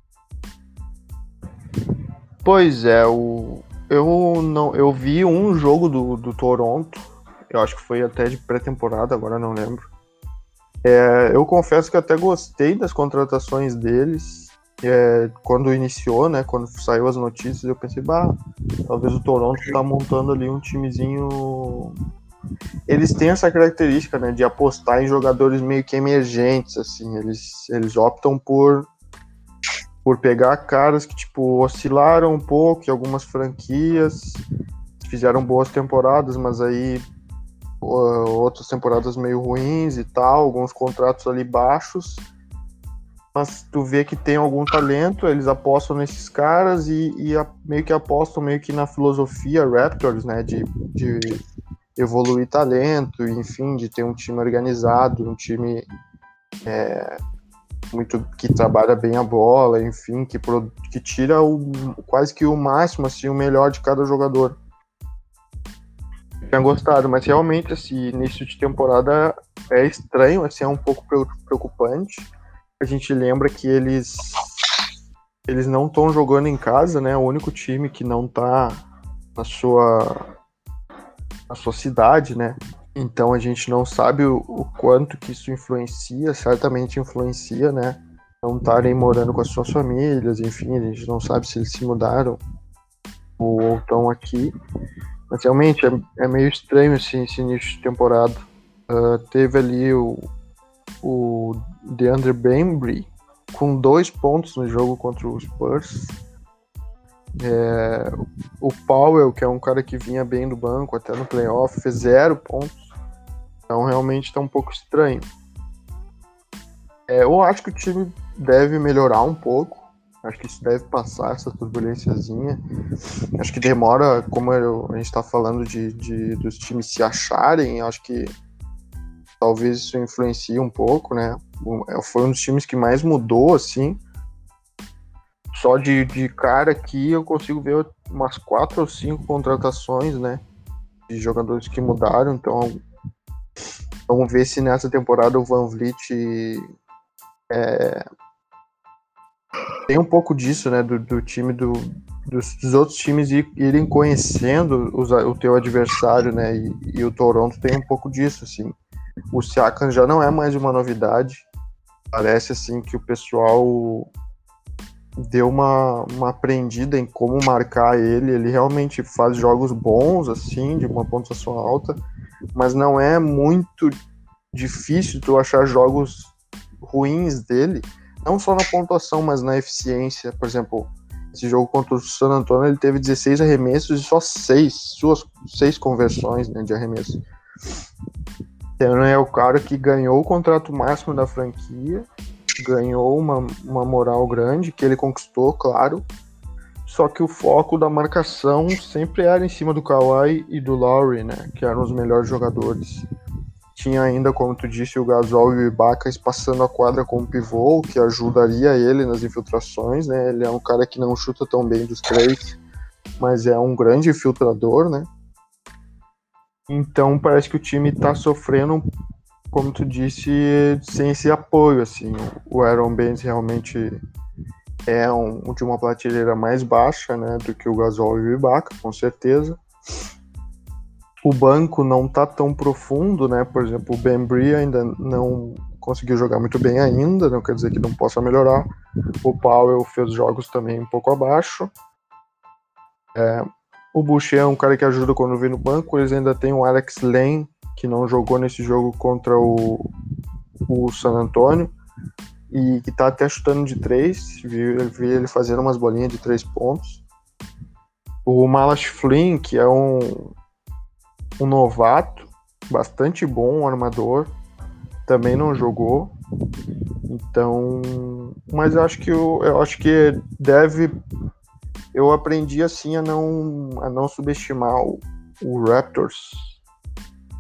Speaker 1: Pois é, o... eu, não... eu vi um jogo do, do Toronto, eu acho que foi até de pré-temporada, agora não lembro. É, eu confesso que até gostei das contratações deles. É, quando iniciou, né, quando saiu as notícias, eu pensei, bah, talvez o Toronto tá montando ali um timezinho. Eles têm essa característica, né, de apostar em jogadores meio que emergentes, assim, eles, eles optam por, por pegar caras que, tipo, oscilaram um pouco em algumas franquias, fizeram boas temporadas, mas aí outras temporadas meio ruins e tal, alguns contratos ali baixos, mas tu vê que tem algum talento, eles apostam nesses caras e, e a, meio que apostam meio que na filosofia Raptors, né, de, de evoluir talento, enfim, de ter um time organizado, um time é, muito, que trabalha bem a bola, enfim, que, que tira o, quase que o máximo, assim, o melhor de cada jogador. Tinha gostado, mas realmente assim, início de temporada é estranho, assim, é um pouco preocupante. A gente lembra que eles eles não estão jogando em casa, né? O único time que não tá na sua na sua cidade, né? Então a gente não sabe o, o quanto que isso influencia, certamente influencia, né? Não estarem morando com as suas famílias, enfim, a gente não sabe se eles se mudaram ou estão aqui. Mas realmente é, é meio estranho assim, esse início de temporada. Uh, teve ali o, o DeAndre Bembry com dois pontos no jogo contra os Spurs. É, o Powell, que é um cara que vinha bem do banco até no playoff, fez zero pontos. Então realmente está um pouco estranho. É, eu acho que o time deve melhorar um pouco. Acho que isso deve passar, essa turbulênciazinha. Acho que demora, como eu, a gente está falando de, de, dos times se acharem, acho que talvez isso influencie um pouco, né? Foi um dos times que mais mudou, assim. Só de, de cara aqui eu consigo ver umas quatro ou cinco contratações, né? De jogadores que mudaram. Então, vamos ver se nessa temporada o VanVleet é... tem um pouco disso, né, do, do time do, dos, dos outros times irem conhecendo os, o teu adversário, né, e, e o Toronto tem um pouco disso, assim. O Siakam já não é mais uma novidade, parece, assim, que o pessoal deu uma, uma aprendida em como marcar ele, ele realmente faz jogos bons, assim, de uma pontuação alta, mas não é muito difícil tu achar jogos ruins dele, não só na pontuação, mas na eficiência. Por exemplo, esse jogo contra o San Antonio, ele teve dezesseis arremessos e só seis, suas seis conversões, né, de arremesso. Então é o cara que ganhou o contrato máximo da franquia, ganhou uma, uma moral grande, que ele conquistou, claro, só que o foco da marcação sempre era em cima do Kawhi e do Lowry, né, que eram os melhores jogadores. Tinha ainda, como tu disse, o Gasol e o Ibaka espaçando a quadra com o pivô, que ajudaria ele nas infiltrações, né? Ele é um cara que não chuta tão bem dos três, mas é um grande infiltrador, né? Então parece que o time tá sofrendo, como tu disse, sem esse apoio, assim. O Aaron Baines realmente é um, de uma prateleira mais baixa, né, do que o Gasol e o Ibaka, com certeza. O banco não tá tão profundo, né? Por exemplo, o Bembry ainda não conseguiu jogar muito bem ainda, não quer dizer que não possa melhorar. O Powell fez jogos também um pouco abaixo. É, o Boucher é um cara que ajuda quando vem no banco. Eles ainda tem o Alex Len, que não jogou nesse jogo contra o, o San Antonio, e que tá até chutando de três. Vi, vi ele fazendo umas bolinhas de três pontos. O Malachi Flynn, que é um um novato, bastante bom, um armador, também não jogou. Então, mas eu acho que eu, eu acho que deve, eu aprendi assim a não a não subestimar o, o Raptors,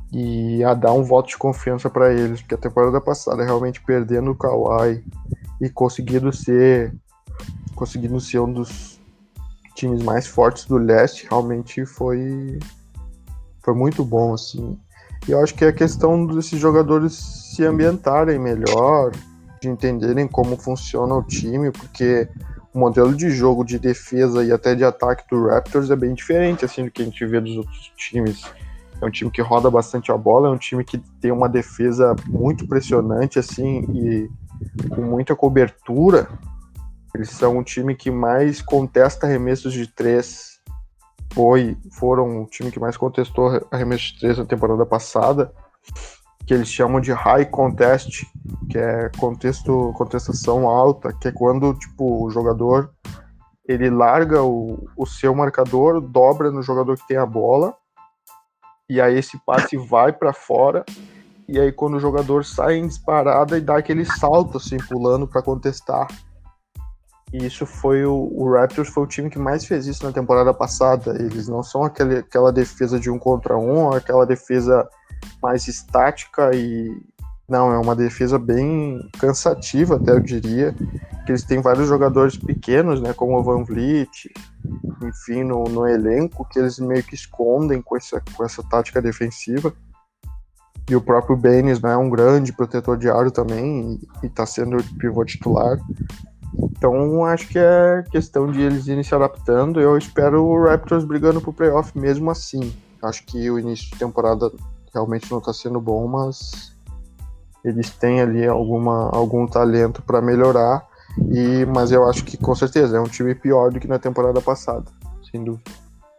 Speaker 1: e a dar um voto de confiança para eles, porque a temporada passada realmente perdendo o Kawhi e conseguindo ser conseguindo ser um dos times mais fortes do leste, realmente foi foi muito bom, assim. E eu acho que é a questão desses jogadores se ambientarem melhor, de entenderem como funciona o time, porque o modelo de jogo de defesa e até de ataque do Raptors é bem diferente, assim, do que a gente vê dos outros times. É um time que roda bastante a bola, é um time que tem uma defesa muito pressionante, assim, e com muita cobertura. Eles são um time que mais contesta arremessos de três. Foi, foram o time que mais contestou arremessos de três na temporada passada, que eles chamam de high contest, que é contexto, contestação alta, que é quando tipo, o jogador ele larga o, o seu marcador, dobra no jogador que tem a bola, e aí esse passe vai para fora, e aí quando o jogador sai em disparada e dá aquele salto assim, pulando para contestar. E isso foi o, o Raptors foi o time que mais fez isso na temporada passada. Eles não são aquele, aquela defesa de um contra um, aquela defesa mais estática e não, é uma defesa bem cansativa, até eu diria, que eles têm vários jogadores pequenos, né, como o Van Vliet, enfim, no, no elenco, que eles meio que escondem com essa, com essa tática defensiva. E o próprio Baines, né, é um grande protetor de aro também e está sendo o pivô titular. Então acho que é questão de eles irem se adaptando. Eu espero o Raptors brigando pro playoff mesmo assim. Acho que o início de temporada realmente não está sendo bom, mas eles têm ali alguma, algum talento para melhorar. E, mas eu acho que com certeza é um time pior do que na temporada passada, sem dúvida.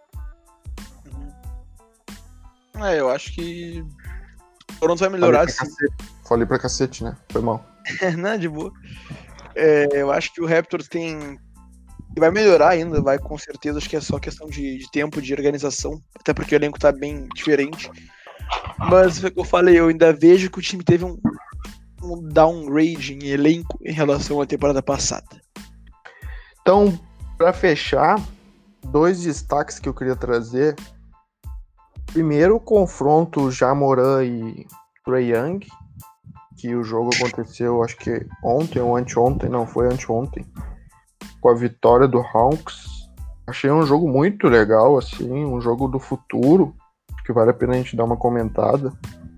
Speaker 2: É, eu acho que o Toronto vai melhorar.
Speaker 1: Falei pra, cacete. Falei pra cacete, né? Foi mal.
Speaker 2: Não, de boa. É, eu acho que o Raptors tem vai melhorar ainda, vai com certeza. Acho que é só questão de, de tempo, de organização, até porque o elenco tá bem diferente. Mas foi o que eu falei, eu ainda vejo que o time teve um, um downgrade em elenco em relação à temporada passada.
Speaker 1: Então, para fechar, dois destaques que eu queria trazer. Primeiro, o confronto Ja Morant e Trae Young, que o jogo aconteceu, acho que ontem ou anteontem, não, foi anteontem, com a vitória do Hawks. Achei um jogo muito legal, assim, um jogo do futuro, que vale a pena a gente dar uma comentada.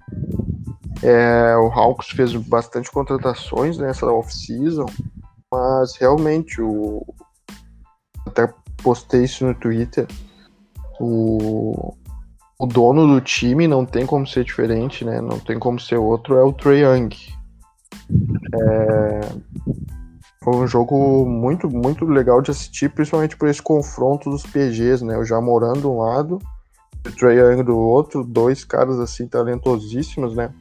Speaker 1: É, o Hawks fez bastante contratações nessa off-season, mas realmente, o... até postei isso no Twitter, o... o dono do time não tem como ser diferente, né? Não tem como ser outro, é o Trae Young. É... Foi um jogo muito, muito legal de assistir, principalmente por esse confronto dos P Gs, né? O Ja Morant de um lado, o Trae Young do outro, dois caras assim talentosíssimos, né?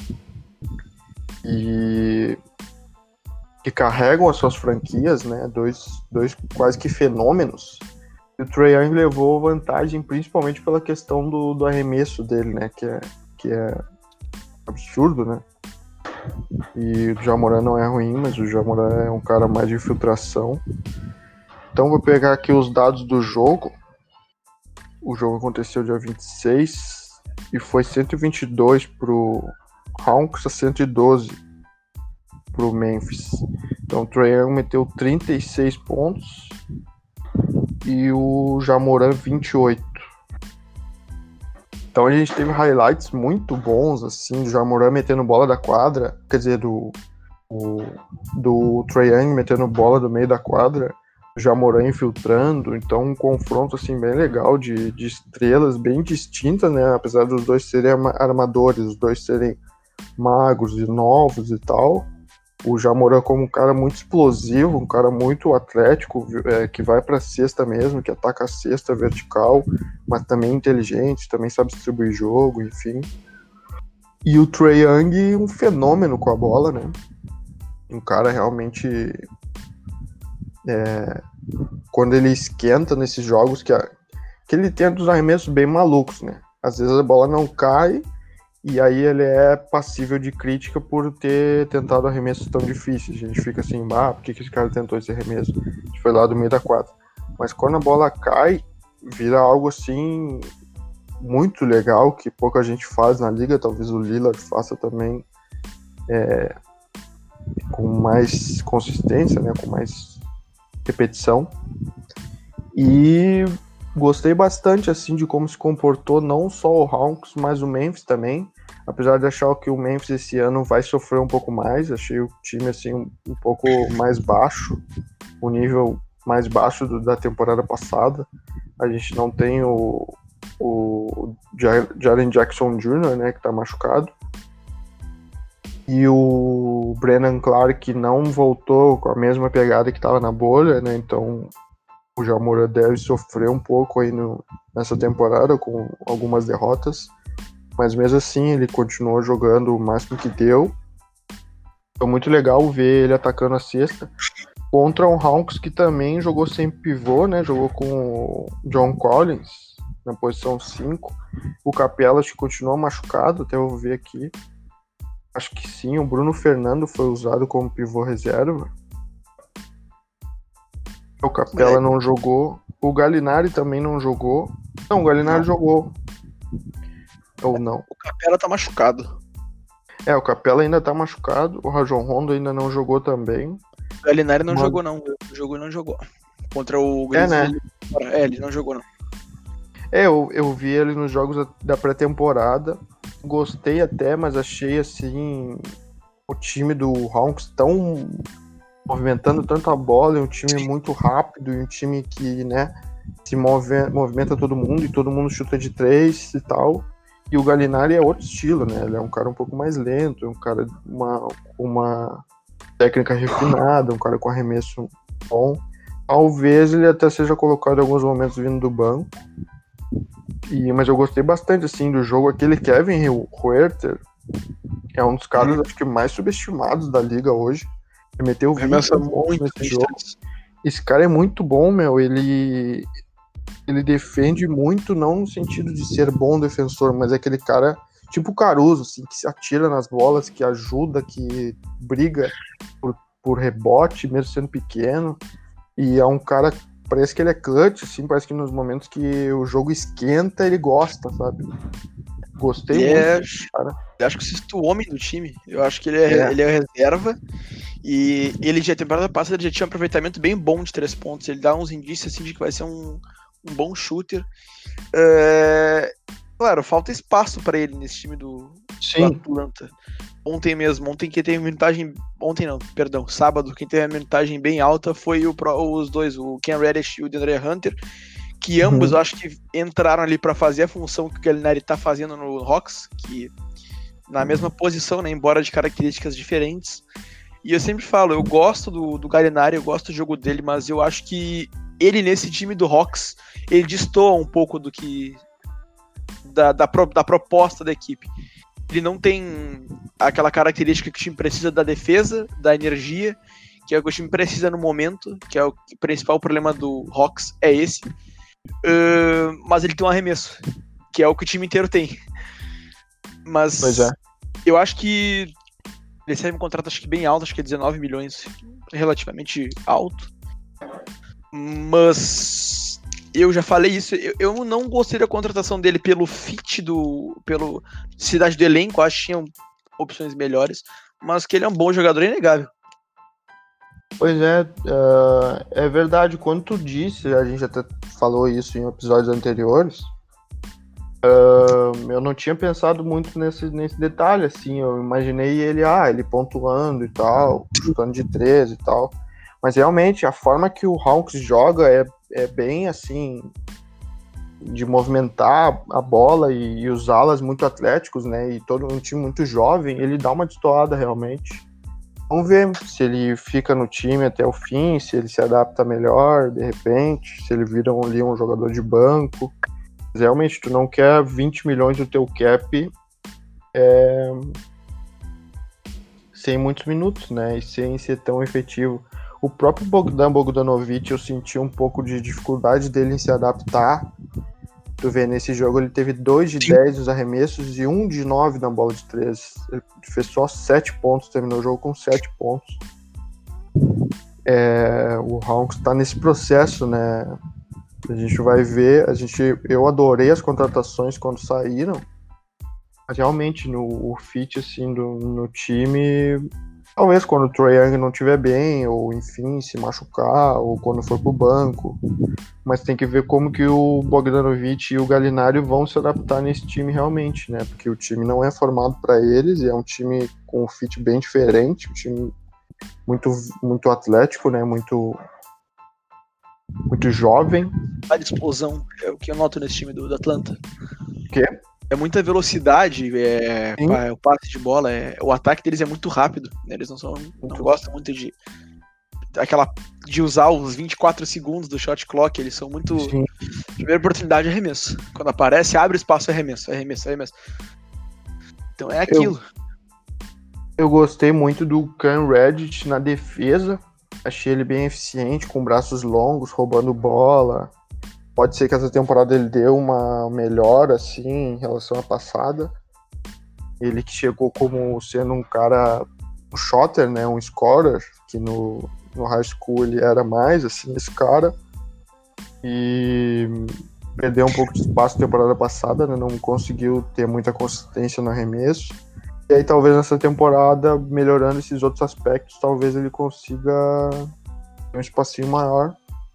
Speaker 1: E que carregam as suas franquias, né? Dois, dois quase que fenômenos. O Trae Young levou vantagem principalmente pela questão do, do arremesso dele, né? Que é, que é absurdo, né? E o Ja Morant não é ruim, mas o Ja Morant é um cara mais de infiltração. Então vou pegar aqui os dados do jogo. O jogo aconteceu dia vinte e seis e foi cento e vinte e dois pro Hawks a cento e doze pro Memphis. Então o Trae Young meteu trinta e seis pontos e o Ja Morant vinte e oito. Então a gente teve highlights muito bons, assim, do Ja Morant metendo bola da quadra, quer dizer, do, o, do Trae Young metendo bola do meio da quadra, o Ja Morant infiltrando. Então um confronto, assim, bem legal de, de estrelas, bem distintas, né, apesar dos dois serem armadores, os dois serem magros e novos e tal. O Ja Morant como um cara muito explosivo, um cara muito atlético, é, que vai pra cesta mesmo, que ataca a cesta vertical, mas também inteligente, também sabe distribuir jogo, enfim. E o Trae Young, um fenômeno com a bola, né? Um cara realmente... É, quando ele esquenta nesses jogos, que, a, que ele tenta os arremessos bem malucos, né? Às vezes a bola não cai, e aí ele é passível de crítica por ter tentado arremessos tão difíceis. A gente fica assim, ah, por que, que esse cara tentou esse arremesso? A gente foi lá do meio da quadra. Mas quando a bola cai, vira algo assim muito legal, que pouca gente faz na liga, talvez o Lillard faça também é, com mais consistência, né, com mais repetição. E gostei bastante assim de como se comportou não só o Hawks, mas o Memphis também. Apesar de achar que o Memphis esse ano vai sofrer um pouco mais, achei o time assim um, um pouco mais baixo, o nível mais baixo do, da temporada passada. A gente não tem o, o Jaren Jackson Júnior, né, que tá machucado. E o Brandon Clark não voltou com a mesma pegada que estava na bolha, né, então o Ja Morant deve sofrer um pouco aí no, nessa temporada com algumas derrotas. Mas mesmo assim ele continuou jogando o máximo que deu. Foi muito legal ver ele atacando a cesta contra um Hawks que também jogou sem pivô, né? Jogou com o John Collins na posição cinco. O Capela acho que continuou machucado, até eu vou ver aqui. Acho que sim, o Bruno Fernando foi usado como pivô reserva. O Capela não jogou. O Gallinari também não jogou. Não, o Gallinari não. jogou. Ou não.
Speaker 2: O Capela tá machucado.
Speaker 1: É, o Capela ainda tá machucado. O Rajon Rondo ainda não jogou também.
Speaker 2: O Gallinari não Mas... jogou, não. O jogo não jogou. Contra o Grizzlies.
Speaker 1: É, né?
Speaker 2: Ele... É, ele não jogou, não.
Speaker 1: É, eu, eu vi ele nos jogos da pré-temporada. Gostei até, mas achei assim o time do Hawks tão movimentando tanto a bola, é um time muito rápido, um time que, né, se move, movimenta todo mundo e todo mundo chuta de três e tal. E o Gallinari é outro estilo, né? Ele é um cara um pouco mais lento, é um cara com uma, uma técnica refinada, um cara com arremesso bom. Talvez ele até seja colocado em alguns momentos vindo do banco. E, mas eu gostei bastante assim do jogo. Aquele Kevin Huerter é um dos caras hum. acho que mais subestimados da liga hoje. Ele meteu vinte pontos nesse jogo. Esse cara é muito bom, meu. Ele ele defende muito, não no sentido de ser bom defensor, mas é aquele cara tipo o Caruso, assim, que se atira nas bolas, que ajuda, que briga por, por rebote, mesmo sendo pequeno. E é um cara, parece que ele é clutch, assim, parece que nos momentos que o jogo esquenta, ele gosta, sabe? Gostei
Speaker 2: e
Speaker 1: muito
Speaker 2: é,
Speaker 1: desse cara.
Speaker 2: Eu acho que o sexto homem do time. Eu acho que ele é, é. ele é reserva. E ele já, temporada passada, já tinha um aproveitamento bem bom de três pontos. Ele dá uns indícios assim de que vai ser um, um bom shooter. É... Claro, falta espaço para ele nesse time do, do Atlanta. Ontem mesmo, ontem quem teve uma minutagem. Ontem não, perdão, sábado, quem teve uma minutagem bem alta foi o, os dois, o Ken Reddish e o DeAndre Hunter, que ambos uhum. eu acho que entraram ali para fazer a função que o Gallinari tá fazendo no Hawks, que na mesma posição, né, embora de características diferentes. E eu sempre falo, eu gosto do, do Gallinari, eu gosto do jogo dele, mas eu acho que ele nesse time do Hawks, ele destoa um pouco do que da, da, da proposta da equipe. Ele não tem aquela característica que o time precisa da defesa, da energia, que é o que o time precisa no momento, que é o principal problema do Hawks, é esse. Uh, mas ele tem um arremesso, que é o que o time inteiro tem. Mas
Speaker 1: pois é.
Speaker 2: Eu acho que ele recebe um contrato acho que bem alto, acho que é dezenove milhões, relativamente alto. Mas eu já falei isso, eu, eu não gostei da contratação dele pelo fit do. Pelo cidade do elenco, acho que tinham opções melhores, mas que ele é um bom jogador, é inegável.
Speaker 1: Pois é, uh, é verdade, quando tu disse, a gente até falou isso em episódios anteriores, uh, eu não tinha pensado muito nesse, nesse detalhe, assim, eu imaginei ele, ah, ele pontuando e tal, chutando de três e tal, mas realmente a forma que o Hawks joga é, é bem, assim, de movimentar a bola e, e usá-las muito atléticos, né, e todo um time muito jovem, ele dá uma destoada realmente. Vamos ver se ele fica no time até o fim, se ele se adapta melhor, de repente, se ele vira ali um jogador de banco. Mas realmente, tu não quer vinte milhões do teu cap é, sem muitos minutos, né? E sem ser tão efetivo. O próprio Bogdan Bogdanovic, eu senti um pouco de dificuldade dele em se adaptar. Tu vê, nesse jogo ele teve dois de dez nos arremessos e um de nove na bola de três. Ele fez só sete pontos, terminou o jogo com sete pontos. É, o Hawks tá nesse processo, né? A gente vai ver, a gente, eu adorei as contratações quando saíram, mas realmente no o fit assim, do, no time, talvez quando o Trae Young não estiver bem, ou enfim, se machucar, ou quando for pro banco, mas tem que ver como que o Bogdanovic e o Gallinari vão se adaptar nesse time realmente, né? Porque o time não é formado para eles, e é um time com um fit bem diferente, um time muito, muito atlético, né? Muito muito jovem.
Speaker 2: A explosão é o que eu noto nesse time do, do Atlanta.
Speaker 1: O quê?
Speaker 2: É muita velocidade, é,
Speaker 1: Sim.
Speaker 2: pa- o passe de bola, é, o ataque deles é muito rápido, né? Eles não, são, não gostam muito de aquela de usar os vinte e quatro segundos do shot clock, eles são muito...
Speaker 1: Sim.
Speaker 2: Primeira oportunidade é arremesso. Quando aparece, abre espaço, é arremesso, é arremesso, é arremesso. Então é aquilo.
Speaker 1: Eu, eu gostei muito do Cam Reddish na defesa. Achei ele bem eficiente, com braços longos, roubando bola. Pode ser que essa temporada ele dê uma melhora, assim, em relação à passada. Ele que chegou como sendo um cara, um shotter, né, um scorer, que no, no high school ele era mais, assim, esse cara. E perdeu um pouco de espaço na temporada passada, né, não conseguiu ter muita consistência no arremesso. E aí talvez nessa temporada, melhorando esses outros aspectos, talvez ele consiga ter um espacinho maior.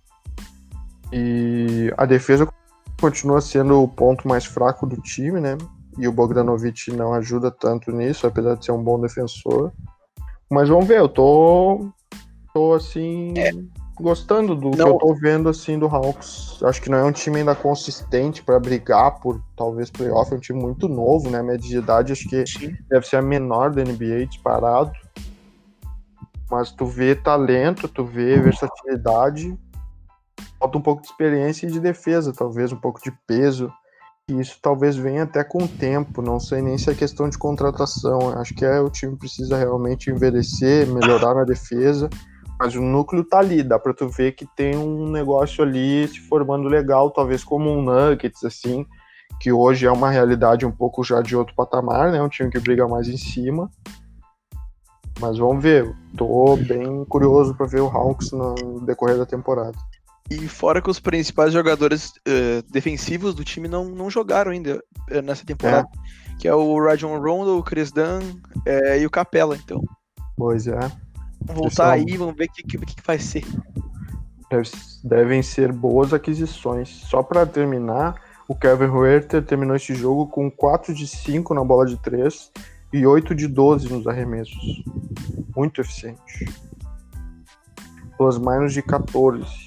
Speaker 1: E a defesa continua sendo o ponto mais fraco do time, né? E o Bogdanovic não ajuda tanto nisso, apesar de ser um bom defensor. Mas vamos ver, eu tô, tô assim,
Speaker 2: É.
Speaker 1: gostando do
Speaker 2: Não.
Speaker 1: que eu tô vendo assim do Hawks. Acho que não é um time ainda consistente para brigar por talvez playoff, é um time muito novo, né? A média de idade acho que
Speaker 2: Sim.
Speaker 1: deve ser a menor da N B A disparado. Mas tu vê talento, tu vê versatilidade, falta um pouco de experiência e de defesa, talvez um pouco de peso. E isso talvez venha até com o tempo, não sei nem se é questão de contratação. Acho que é, o time precisa realmente envelhecer, melhorar na defesa. Mas o núcleo tá ali, dá pra tu ver que tem um negócio ali se formando legal, talvez como um Nuggets, assim, que hoje é uma realidade um pouco já de outro patamar, né? Um time que briga mais em cima. Mas vamos ver, tô bem curioso pra ver o Hawks no decorrer da temporada.
Speaker 2: E fora que os principais jogadores uh, defensivos do time não, não jogaram ainda uh, nessa temporada. É. Que é o Rajon Rondo, o Chris Dunn uh, e o Capela, então.
Speaker 1: Pois é.
Speaker 2: Vamos voltar aí, vamos ver o que, que, que vai ser.
Speaker 1: Deve, devem ser boas aquisições. Só para terminar, o Kevin Huerter terminou esse jogo com quatro de cinco na bola de três e oito de doze nos arremessos. Muito eficiente. Plus minus de catorze.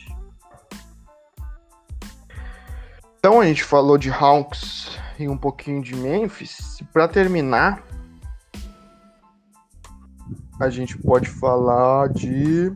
Speaker 1: Então a gente falou de Hawks e um pouquinho de Memphis. Para terminar, a gente pode falar de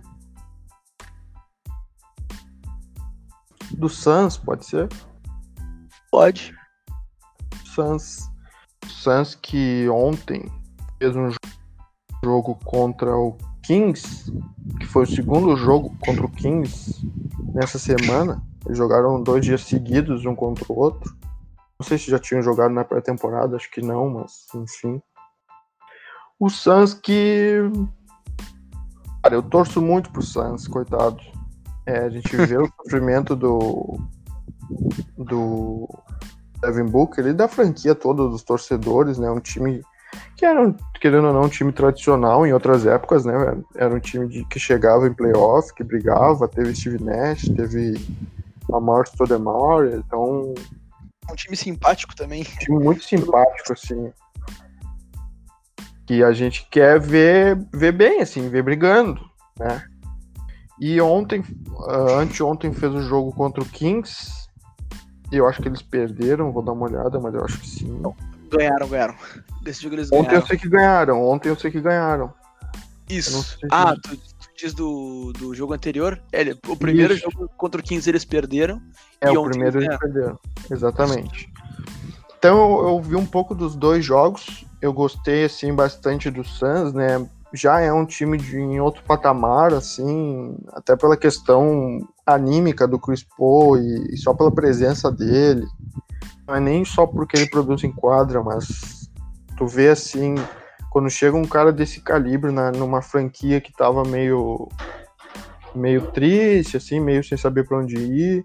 Speaker 1: do Suns, pode ser?
Speaker 2: Pode.
Speaker 1: Suns, Suns que ontem fez um jogo contra o Kings, que foi o segundo jogo contra o Kings nessa semana. Eles jogaram dois dias seguidos, um contra o outro. Não sei se já tinham jogado na pré-temporada, acho que não, mas enfim. O Suns que... Cara, eu torço muito pro Suns, coitado. É, a gente vê o sofrimento do... do Devin Booker e da franquia toda, dos torcedores, né? Um time que era, querendo ou não, um time tradicional em outras épocas, né? Era um time de, que chegava em playoff, que brigava, teve Steve Nash, teve Amar Stoudemire, então...
Speaker 2: Um time simpático também.
Speaker 1: Um time muito simpático, assim. Que a gente quer ver, ver bem, assim, ver brigando, né? E ontem, uh, anteontem fez o jogo contra o Kings, e eu acho que eles perderam, vou dar uma olhada, mas eu acho que sim.
Speaker 2: Ganharam, ganharam. Desse jogo eles
Speaker 1: Ontem
Speaker 2: ganharam.
Speaker 1: eu sei que ganharam, ontem eu sei que ganharam.
Speaker 2: Isso. Ah, tu, tu diz do, do jogo anterior? É, o primeiro Isso. jogo contra o Kings eles perderam.
Speaker 1: É,
Speaker 2: e
Speaker 1: o primeiro eles perderam. Exatamente. Então eu, eu vi um pouco dos dois jogos. Eu gostei, assim, bastante do Suns, né? Já é um time de, em outro patamar, assim, até pela questão anímica do Chris Paul e, e só pela presença dele. Não é nem só porque ele produz em quadra, mas tu vê, assim, quando chega um cara desse calibre na, numa franquia que tava meio, meio triste, assim, meio sem saber pra onde ir,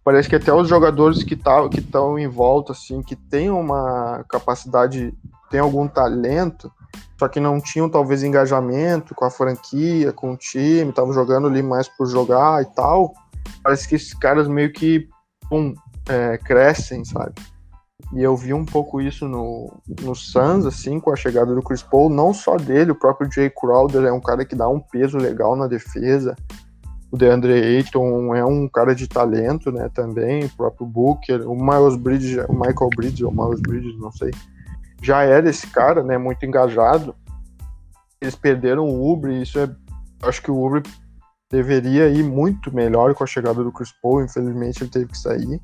Speaker 1: parece que até os jogadores que tá, que estão em volta, assim, que têm uma capacidade, têm algum talento, só que não tinham talvez engajamento com a franquia, com o time, estavam jogando ali mais por jogar e tal, parece que esses caras meio que pum, é, crescem, sabe? E eu vi um pouco isso no, no Suns, assim, com a chegada do Chris Paul, não só dele, o próprio Jay Crowder é um cara que dá um peso legal na defesa, o DeAndre Ayton é um cara de talento, né, também, o próprio Booker, o Miles Bridges, o Michael Bridges, ou Miles Bridges, não sei, já era esse cara, né, muito engajado. Eles perderam o Oubre, isso é, acho que o Oubre deveria ir muito melhor com a chegada do Chris Paul, infelizmente ele teve que sair.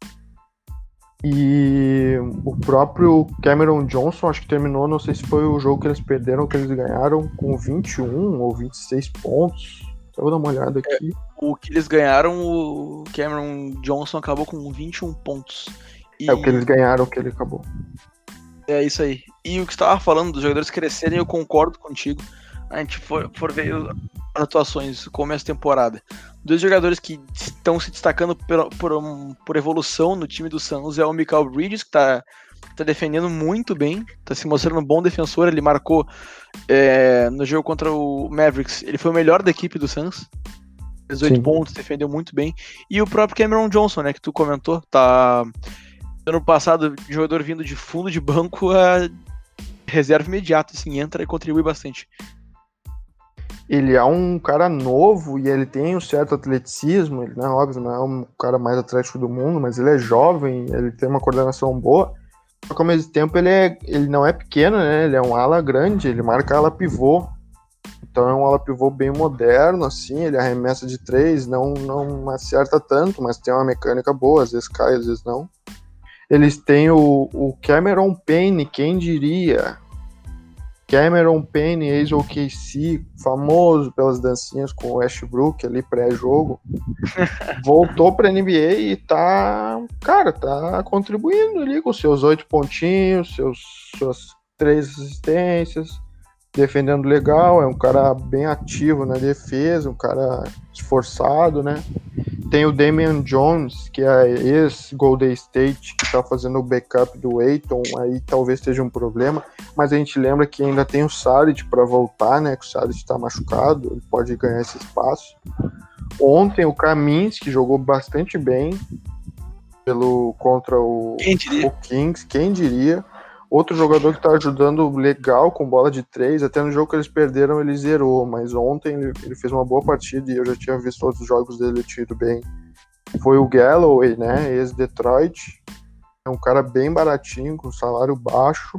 Speaker 1: E o próprio Cameron Johnson, acho que terminou, não sei se foi o jogo que eles perderam, que eles ganharam com vinte e um ou vinte e seis pontos. Só vou dar uma olhada aqui.
Speaker 2: É, o que eles ganharam, o Cameron Johnson acabou com vinte e um pontos. E...
Speaker 1: É o que eles ganharam, que ele acabou.
Speaker 2: É isso aí. E o que você estava falando dos jogadores crescerem, eu concordo contigo. A gente for, for ver as atuações, começo da temporada. Dois jogadores que estão se destacando por, por, por evolução no time do Suns é o Michael Bridges, que está tá defendendo muito bem, está se mostrando um bom defensor. Ele marcou é, no jogo contra o Mavericks, ele foi o melhor da equipe do Suns, dezoito pontos, defendeu muito bem. E o próprio Cameron Johnson, né, que tu comentou, tá ano passado, jogador vindo de fundo de banco, a reserva imediata, assim, entra e contribui bastante.
Speaker 1: Ele é um cara novo e ele tem um certo atleticismo, ele não é óbvio, não é um cara mais atlético do mundo, mas ele é jovem, ele tem uma coordenação boa, só que ao mesmo tempo ele, é, ele não é pequeno, né? Ele é um ala grande, ele marca ala pivô, então é um ala pivô bem moderno, assim, ele arremessa de três, não, não acerta tanto, mas tem uma mecânica boa, às vezes cai, às vezes não. Eles têm o, o Cameron Payne, quem diria? Cameron Payne, ex-O K C, famoso pelas dancinhas com o Westbrook ali pré-jogo, voltou para a N B A e tá, cara, tá contribuindo ali com seus oito pontinhos, seus, suas três assistências, defendendo legal, é um cara bem ativo na defesa, um cara esforçado, né? Tem o Damian Jones, que é ex-Golden State, que tá fazendo o backup do Ayton, aí talvez seja um problema, mas a gente lembra que ainda tem o Saric para voltar, né, que o Saric tá machucado, ele pode ganhar esse espaço. Ontem o Kaminsky jogou bastante bem pelo, contra o, o Kings, quem diria. Outro jogador que tá ajudando legal com bola de três, até no jogo que eles perderam ele zerou, mas ontem ele, ele fez uma boa partida e eu já tinha visto outros jogos dele tido bem. Foi o Galloway, né, ex-Detroit, é um cara bem baratinho, com salário baixo,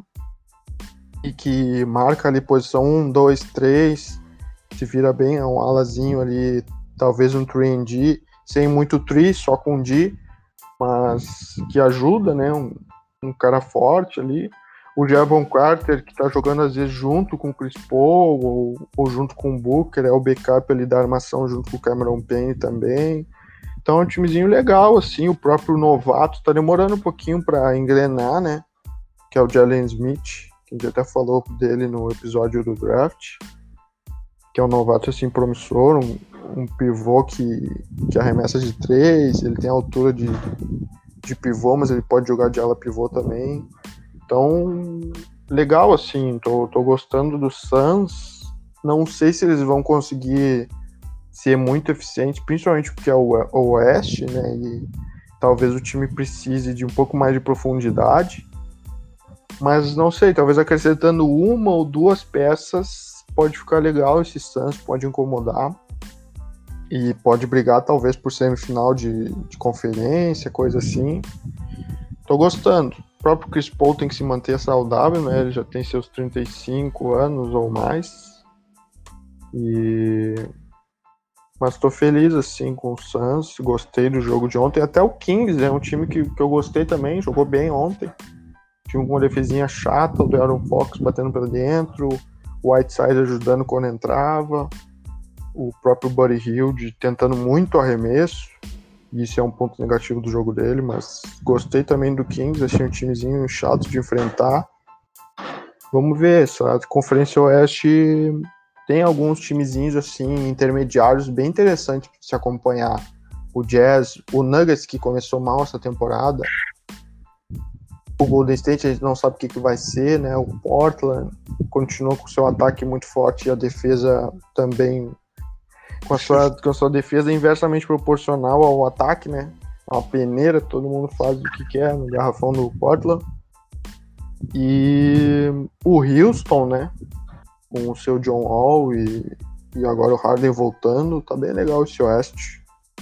Speaker 1: e que marca ali posição um, dois, três, se vira bem, é um alazinho ali, talvez um três and D, sem muito três, só com D, mas que ajuda, né, um, um cara forte ali. O Jevon Carter, que tá jogando às vezes junto com o Chris Paul ou, ou junto com o Booker, é o backup ali da armação junto com o Cameron Payne também. Então é um timezinho legal, assim, o próprio novato tá demorando um pouquinho para engrenar, né, que é o Jalen Smith, que a gente até falou dele no episódio do draft, que é um novato, assim, promissor, um, um pivô que, que arremessa de três, ele tem altura de, de pivô, mas ele pode jogar de ala pivô também. Então, legal, assim, tô, tô gostando do Suns. Não sei se eles vão conseguir ser muito eficientes, principalmente porque é o Oeste, né, e talvez o time precise de um pouco mais de profundidade, mas não sei, talvez acrescentando uma ou duas peças pode ficar legal, esse Suns pode incomodar e pode brigar talvez por semifinal de, de conferência, coisa assim. Tô gostando. O próprio Chris Paul tem que se manter saudável, né? Ele já tem seus trinta e cinco anos ou mais. E... Mas tô feliz, assim, com o Suns. Gostei do jogo de ontem. Até o Kings é um time que, que eu gostei também. Jogou bem ontem. Tinha uma defesinha chata, o De'Aaron Fox batendo pra dentro, o Whiteside ajudando quando entrava, o próprio Buddy Hield tentando muito arremesso. Isso é um ponto negativo do jogo dele, mas gostei também do Kings, achei um timezinho chato de enfrentar. Vamos ver, essa Conferência Oeste tem alguns timezinhos assim, intermediários, bem interessantes de se acompanhar. o Jazz, o Nuggets, que começou mal essa temporada, o Golden State, a gente não sabe o que, que vai ser, né? O Portland continua com o seu ataque muito forte e a defesa também com a sua, com a sua defesa inversamente proporcional ao ataque, né? Uma peneira, todo mundo faz o que quer no garrafão do Portland. E o Houston, né? Com o seu John Wall e, e agora o Harden voltando, tá bem legal esse Oeste.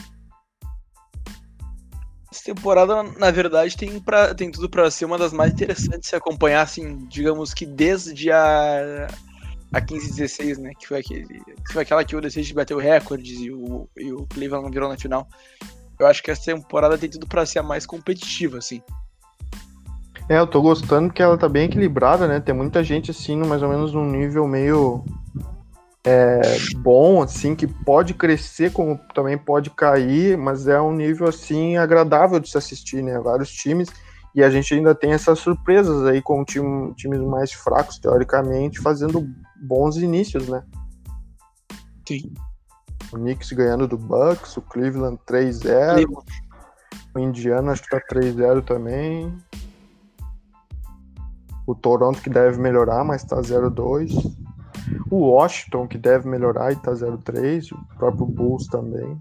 Speaker 2: Essa temporada, na verdade, tem, pra, tem tudo pra ser uma das mais interessantes de se acompanhar, assim, digamos que desde a, a quinze dezesseis, né? Que foi, aquele, que foi aquela que o Desejo bateu recordes e o, e o Cleveland virou na final. Eu acho que essa temporada tem tudo pra ser a mais competitiva, assim.
Speaker 1: É, eu tô gostando porque ela tá bem equilibrada, né? Tem muita gente, assim, no, mais ou menos num nível meio é, bom, assim, que pode crescer, como também pode cair, mas é um nível, assim, agradável de se assistir, né? Vários times, e a gente ainda tem essas surpresas aí com time, times mais fracos, teoricamente, fazendo bons inícios, né?
Speaker 2: Sim.
Speaker 1: O Knicks ganhando do Bucks, o Cleveland três a zero, Cleveland. O Indiana acho que tá três a zero também. O Toronto que deve melhorar, mas tá zero a dois. O Washington que deve melhorar e tá zero a três. O próprio Bulls também.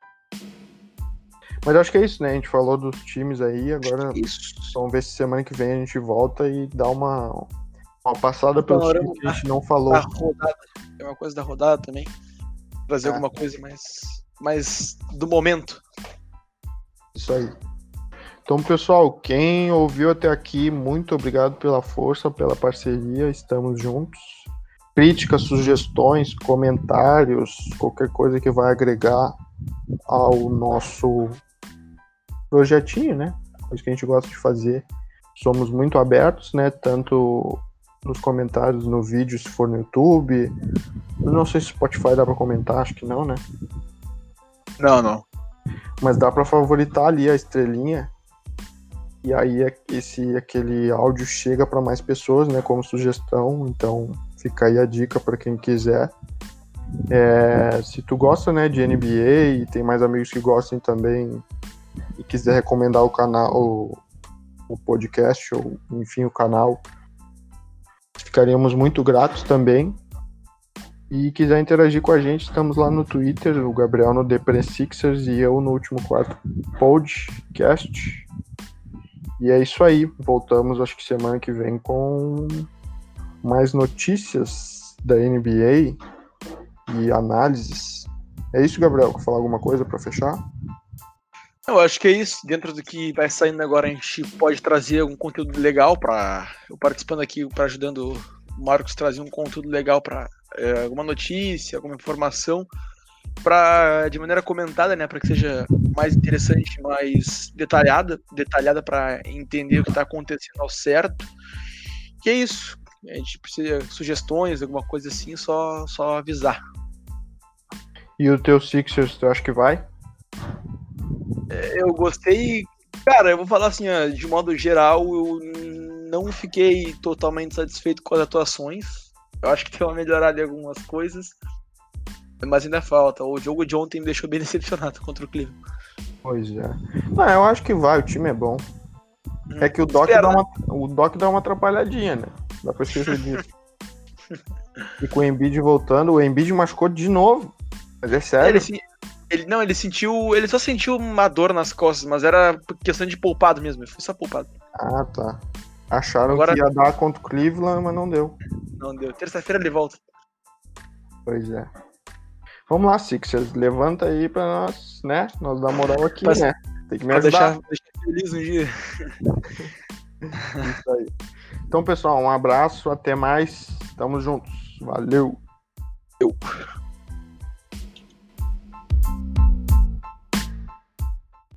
Speaker 1: Mas acho que é isso, né? A gente falou dos times aí. Agora isso. Vamos ver se semana que vem a gente volta e dá uma, uma passada pelos times que a gente não falou.
Speaker 2: A rodada. É uma coisa da rodada também. Trazer é. alguma coisa mais, mais do momento.
Speaker 1: Isso aí. Então, pessoal, quem ouviu até aqui, muito obrigado pela força, pela parceria, estamos juntos. Críticas, sugestões, comentários, qualquer coisa que vai agregar ao nosso projetinho, né? Coisa que a gente gosta de fazer. Somos muito abertos, né? Tanto nos comentários, no vídeo, se for no YouTube. Eu não sei se Spotify dá para comentar, acho que não, né?
Speaker 2: Não, não.
Speaker 1: Mas dá para favoritar ali a estrelinha. E aí esse, aquele áudio chega para mais pessoas, né, como sugestão. Então fica aí a dica para quem quiser. É, se tu gosta, né, de N B A e tem mais amigos que gostem também e quiser recomendar o canal, o, o podcast ou enfim o canal, ficaríamos muito gratos também. E quiser interagir com a gente, estamos lá no Twitter, o Gabriel no Depre Sixers e eu no Último Quarto Podcast. E é isso aí, voltamos acho que semana que vem com mais notícias da N B A e análises. É isso, Gabriel? Quer falar alguma coisa para fechar?
Speaker 2: Eu acho que é isso. Dentro do que vai saindo agora, a gente pode trazer algum conteúdo legal para eu participando aqui, para ajudando o Marcos a trazer um conteúdo legal para é, alguma notícia, alguma informação, para de maneira comentada, né, para que seja mais interessante, mais detalhada, detalhada para entender o que está acontecendo ao certo. E é isso. A gente precisa de sugestões, alguma coisa assim, só, só avisar.
Speaker 1: E o teu Sixers, tu acha que vai?
Speaker 2: Eu gostei. Cara, eu vou falar assim, ó, de modo geral, eu não fiquei totalmente satisfeito com as atuações. Eu acho que tem uma melhorada em algumas coisas, mas ainda falta. O jogo de ontem me deixou bem decepcionado contra o Cleveland.
Speaker 1: Pois é. Não, eu acho que vai, o time é bom. Hum, é que o Doc, espera, dá uma, o Doc dá uma atrapalhadinha, né? Dá pra esquecer disso. E com o Embiid voltando, o Embiid machucou de novo. Mas é sério.
Speaker 2: Ele, ele, não, ele sentiu. Ele só sentiu uma dor nas costas, mas era questão de poupado mesmo. Ele foi só poupado.
Speaker 1: Ah, tá. Acharam Agora, que ia dar contra o Cleveland, mas não deu.
Speaker 2: Não deu. Terça-feira ele volta.
Speaker 1: Pois é. Vamos lá, Sixers. Levanta aí pra nós, né? Nós dar moral aqui, pra, né? Tem que me ajudar.
Speaker 2: Deixar, deixar feliz um dia.
Speaker 1: Isso aí. Então, pessoal, um abraço. Até mais. Tamo juntos. Valeu.
Speaker 2: Eu.